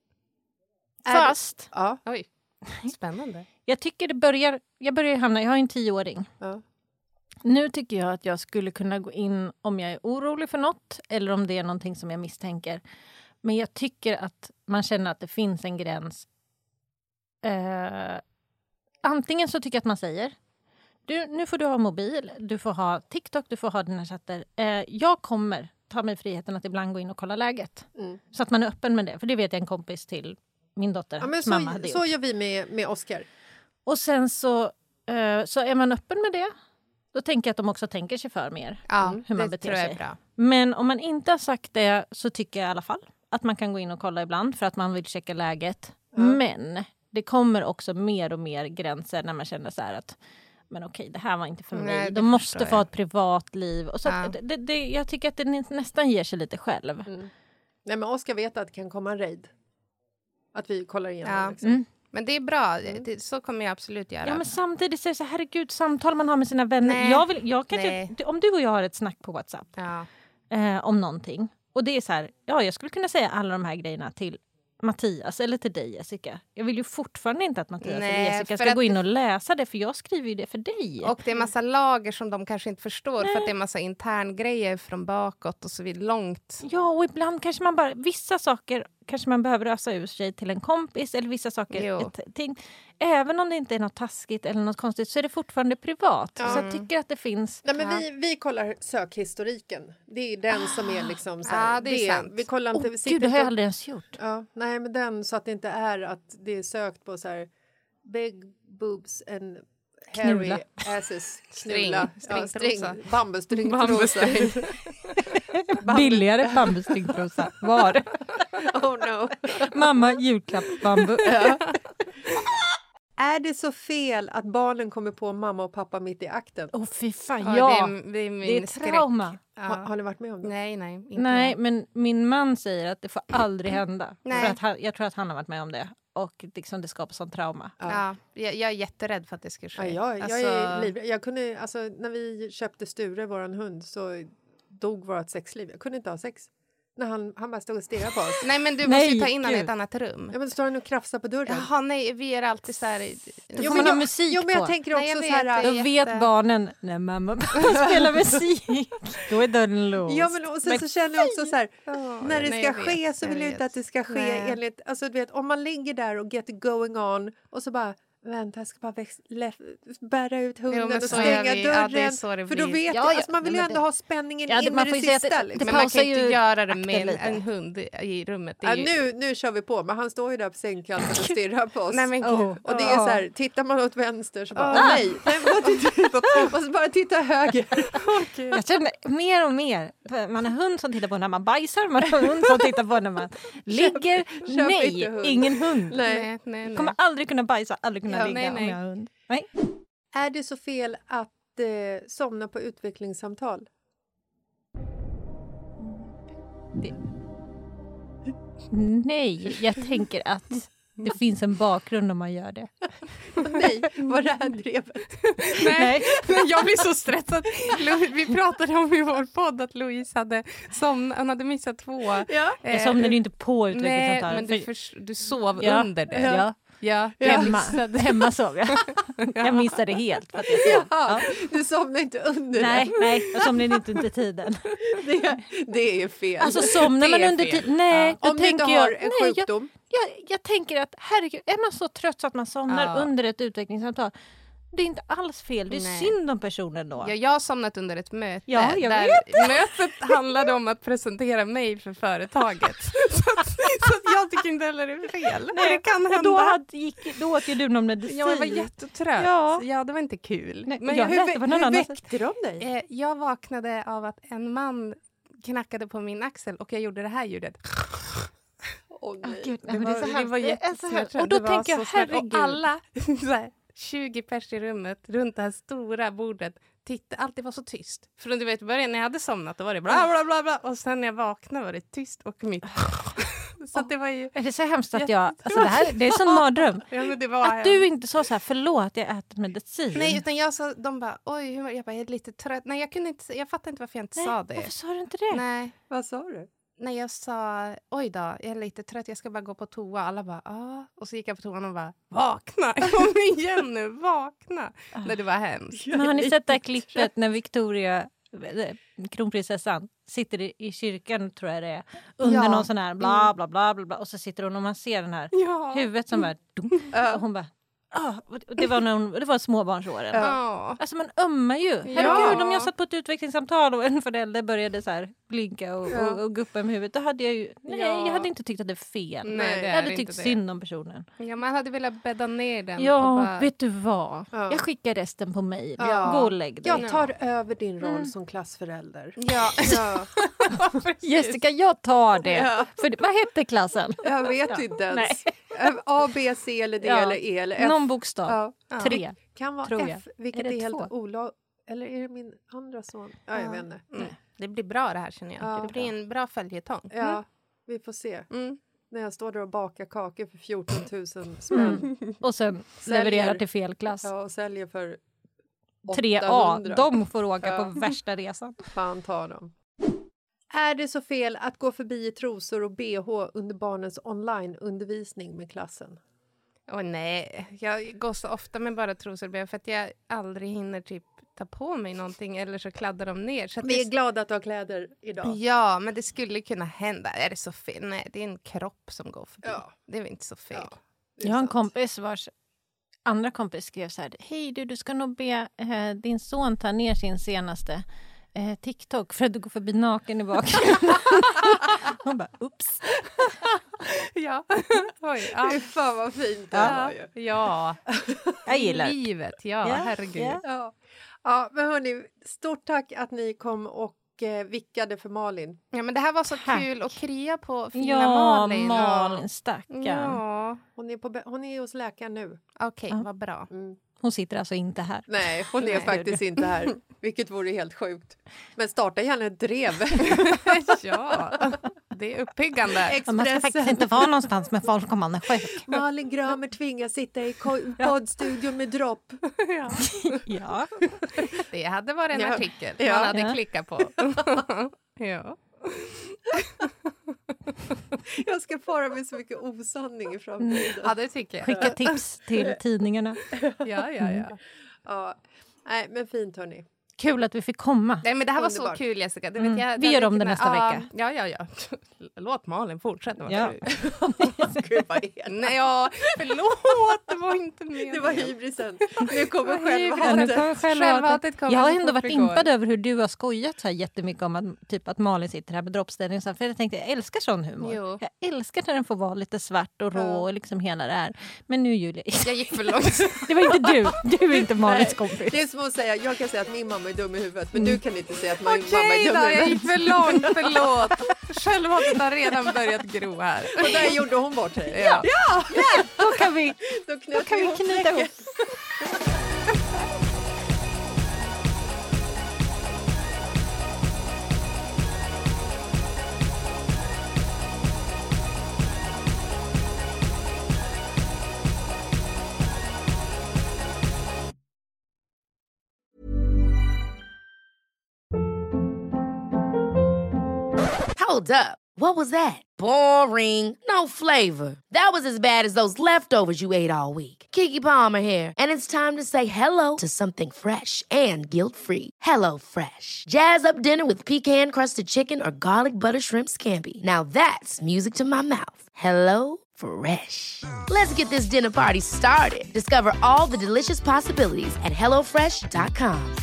Fast Ja. Oj, spännande. jag tycker jag börjar hamna, jag har en 10-åring. Ja. Nu tycker jag att jag skulle kunna gå in om jag är orolig för något eller om det är någonting som jag misstänker. Men jag tycker att man känner att det finns en gräns. Antingen så tycker jag att man säger nu får du ha mobil, du får ha TikTok, du får ha dina chatter. Jag kommer ta mig friheten att ibland gå in och kolla läget. Så att man är öppen med det. För det vet jag en kompis till min dotter. Ja, men mamma hade så gjort. gör vi med Oscar. Och sen så är man öppen med det. Då tänker jag att de också tänker sig för mer. Ja, hur man det beter tror jag sig. är bra. Men om man inte har sagt det så tycker jag i alla fall att man kan gå in och kolla ibland för att man vill checka läget. Men det kommer också mer och mer gränser när man känner så här att men okej, det här var inte för mig. Nej, De måste få ha ett privatliv. Och så att jag tycker att det nästan ger sig lite själv. Nej, men Oscar vet att det kan komma en raid. Att vi kollar igenom. Ja. Liksom. Men det är bra, så kommer jag absolut göra. Ja, men samtidigt så är det så herregud, samtal man har med sina vänner. Nej. Jag kanske, om du och jag har ett snack på WhatsApp om någonting. Och det är så här, jag skulle kunna säga alla de här grejerna till Mattias eller till dig, Jessica. Jag vill ju fortfarande inte att Mattias eller Jessica ska gå in och läsa det, för jag skriver ju det för dig. Och det är massa lager som de kanske inte förstår för att det är massa intern grejer från bakåt och så vidare långt. Ja, och ibland kanske man bara, vissa saker kanske man behöver ösa ur sig till en kompis eller vissa saker, även om det inte är något taskigt eller något konstigt så är det fortfarande privat. Så jag tycker att det finns... Nej, men vi kollar sökhistoriken. Det är den som är liksom så här, Ja, det är sant. Vi kollar inte... Gud, det har jag aldrig ens gjort. Ja, nej, men den så att det inte är att det är sökt på så här big boobs and hairy asses. Knulla. Bambustringtrosa. Billigare bambustringtrosa. Var? Oh no. Mamma, julklapp, bambu. Är det så fel att barnen kommer på mamma och pappa mitt i akten? Fy fan, Det är min trauma. Har ni varit med om det? Nej, inte Nej, men min man säger att det får aldrig hända. Nej. För att jag tror att han har varit med om det. Och liksom det skapar sån trauma. Ja, jag är jätterädd för att det ska ske. Ja, jag är livrädd. Jag kunde, alltså, när vi köpte Sture, våran hund, så dog vårt sexliv. Jag kunde inte ha sex. När han bara stod och stirrade på oss. Nej, men du måste ju ta in honom i ett annat rum. Ja, men står han och krafsar på dörren. Jaha, nej, vi är alltid så här... Då får man ha musik men jag på. tänker också Nej, så här... Då vet barnen, när mamma spelar musik, då är dörren låst. Ja, men och sen så känner jag också så här, när det ska ske så vill jag inte att det ska ske enligt, alltså du vet, om man ligger där och get going on och så bara, vänta, jag ska bara bära ut hunden och stänga dörren. Ja, det är så det för då blir. vet jag, alltså man vill ju ändå ha spänningen in man i får det ju säga sista. att Liksom. Men man kan inte göra det akten med lite. en hund i rummet. Det Ja, är ju... nu kör vi på, men han står ju där på sängkanten och stirrar på oss. Nej, men gud. Och det är så här, tittar man åt vänster så bara, nej, och så bara titta höger. Jag känner mer och mer. Man har hund som tittar på när man bajsar. Man har hund som tittar på när man ligger. Köp inte Nej, hund. ingen hund. Nej. Jag kommer aldrig kunna bajsa, aldrig kunna ligga nej. om jag har hund. Nej. Är det så fel att somna på utvecklingssamtal? Nej, jag tänker att Det finns en bakgrund om man gör det. Nej, var det här drevet? Nej, men jag blir så stressad. Vi pratade om i vår podd att Louise hon hade missat 2. Ja. Jag somnade inte på utvecklingssamtalet. Nej, men du sov under det. Ja. Hemma sov jag. Jag missade helt. För att jag sov. Ja, du somnade inte under Nej, jag somnade inte under tiden. Det är ju fel. Alltså somnar man under tiden? Nej, då om du tänker inte har en sjukdom. Jag tänker att herregud, är man så trött så att man somnar under ett utvecklingssamtal? Det är inte alls fel. Det är synd om personen då. Ja, jag har somnat under ett möte. Ja, jag vet. Mötet handlade om att presentera mig för företaget. så att jag tycker inte heller det är fel. Nej, det kan hända. Då åt ju du någon medicin. Jag var jättetrött. Ja, det var inte kul. Nej, men hur väckte de dig? Jag vaknade av att en man knackade på min axel och jag gjorde det här ljudet. Gud, det var jättesmärtsamt. Och då tänker jag, herregud. Och alla 20 pers i rummet runt det här stora bordet alltid var så tyst. För du vet, i början när jag hade somnat då var det bla bla bla bla. Och sen när jag vaknade var det tyst och mitt. Så att det var ju... Är det så hemskt att det är sån mardröm. Ja, men det var att du inte sa så här, förlåt jag äter medicin. Nej, utan jag sa, de bara, oj, jag är lite trött. Nej, jag fattar inte varför jag inte sa det. Varför sa du inte det? Nej. Vad sa du? När jag sa, oj då, jag är lite trött, jag ska bara gå på toa. Alla bara, ja. Och så gick jag på toan och bara, vakna, kom igen nu, vakna. Nej, det var hemskt. Men har ni sett det här klippet när Victoria, kronprinsessan, sitter i kyrkan, tror jag det är, under någon sån här bla bla bla bla bla, och så sitter hon och man ser den här huvudet som bara, och hon bara, det var småbarnsåren. Alltså man ömmar ju. Herregud, om jag satt på ett utvecklingssamtal och en förälder började så här blinka och guppa med huvudet, då hade jag ju jag hade inte tyckt att det är fel. Nej, jag hade tyckt synd om personen. Ja, man hade velat bädda ner den. Ja, bara... vet du vad? Jag skickar resten på mejl. Gå och lägg dig. Jag tar över din roll som klassförälder. Ja. Jessica, jag tar det. För vad hette klassen? Jag vet inte ens. A, B, C eller D eller E eller F. Någon bokstav. 3. Kan vara tror F, vilket är helt olagligt. Eller är det min andra son? Ja, jag vet inte. Det blir bra det här, känner jag. Det blir en bra följetong. Ja, vi får se. När jag står där och bakar kakor för 14 000 spänn. Och sen levererar till fel klass. Ja, och säljer för 3A. De får åka på värsta resan. Fan tar dem. Är det så fel att gå förbi i trosor och BH under barnens onlineundervisning med klassen? Nej, jag går så ofta med bara trosor och BH för att jag aldrig hinner typ ta på mig någonting eller så kladdar de ner. Så att vi är glada att ha kläder idag. Ja, men det skulle kunna hända. Är det så fel? Nej, det är en kropp som går förbi. Ja. Det är väl inte så fel. Ja, jag har en kompis vars andra kompis skrev så här: hej du ska nog be din son ta ner sin senaste TikTok för att du går förbi naken i bakgrunden. Hon bara, ups. Ja. Oj, Fy fan vad fint det var ju. Ja. Jag gillar livet. Ja, herregud. Ja, men hörni, stort tack att ni kom och vickade för Malin. Ja, men det här var så kul att kria på fina Malin. Malin, stackarn. Ja. Hon är hos läkaren nu. Okej, vad bra. Hon sitter alltså inte här. Nej, hon är faktiskt inte här. Vilket vore helt sjukt. Men starta gärna ett drev. Ja, det är uppiggande. Man ska faktiskt inte vara någonstans med folk om man är sjuk. Malin Gramer tvingas sitta i poddstudion med dropp. Ja. Det hade varit en artikel man hade klickat på. Ja. Jag ska fara med så mycket osanning i framtiden. Ja, det tycker jag. Skicka tips till tidningarna. Ja. Nej, men fint hörni. Kul att vi fick komma. Nej, men det här var så kul, Jessica. Det vet jag, vi gör om det nästa vecka. Ja. Låt Malin fortsätta. Ja. Gud, vad är det? Nej, förlåt. Det var inte meningen. Det var hybrisen. Nu kommer självhatet. Jag har ändå varit impad över hur du har skojat så här jättemycket om att, typ att Malin sitter här med droppställning. För jag tänkte, jag älskar sån humor. Jo. Jag älskar när den får vara lite svart och rå och liksom hela det här. Men nu Julia. Jag gick för långt. Det var inte du. Du är inte Malins kompis. Det är som att säga, jag kan säga att min mamma är dum i huvudet. Men du kan inte säga att min mamma är dum i huvudet. Jag gick för långt, förlåt. Självhatet har redan börjat gro här. Och där gjorde hon bort sig. Ja. Då kan vi knyta ihop. Hold up. What was that? Boring. No flavor. That was as bad as those leftovers you ate all week. Keke Palmer here, and it's time to say hello to something fresh and guilt-free. Hello Fresh. Jazz up dinner with pecan-crusted chicken or garlic butter shrimp scampi. Now that's music to my mouth. Hello Fresh. Let's get this dinner party started. Discover all the delicious possibilities at hellofresh.com.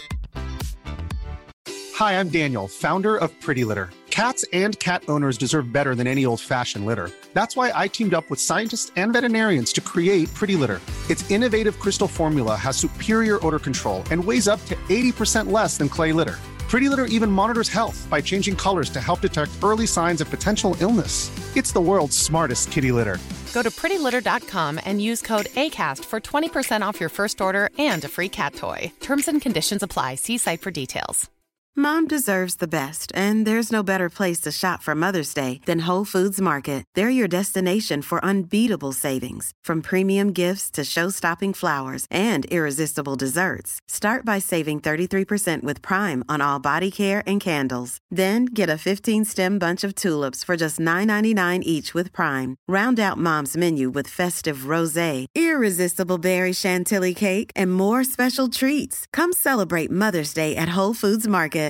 Hi, I'm Daniel, founder of Pretty Litter. Cats and cat owners deserve better than any old-fashioned litter. That's why I teamed up with scientists and veterinarians to create Pretty Litter. Its innovative crystal formula has superior odor control and weighs up to 80% less than clay litter. Pretty Litter even monitors health by changing colors to help detect early signs of potential illness. It's the world's smartest kitty litter. Go to prettylitter.com and use code ACAST for 20% off your first order and a free cat toy. Terms and conditions apply. See site for details. Mom deserves the best, and there's no better place to shop for Mother's Day than Whole Foods Market. They're your destination for unbeatable savings, from premium gifts to show-stopping flowers and irresistible desserts. Start by saving 33% with Prime on all body care and candles. Then get a 15-stem bunch of tulips for just $9.99 each with Prime. Round out Mom's menu with festive rosé, irresistible berry chantilly cake, and more special treats. Come celebrate Mother's Day at Whole Foods Market.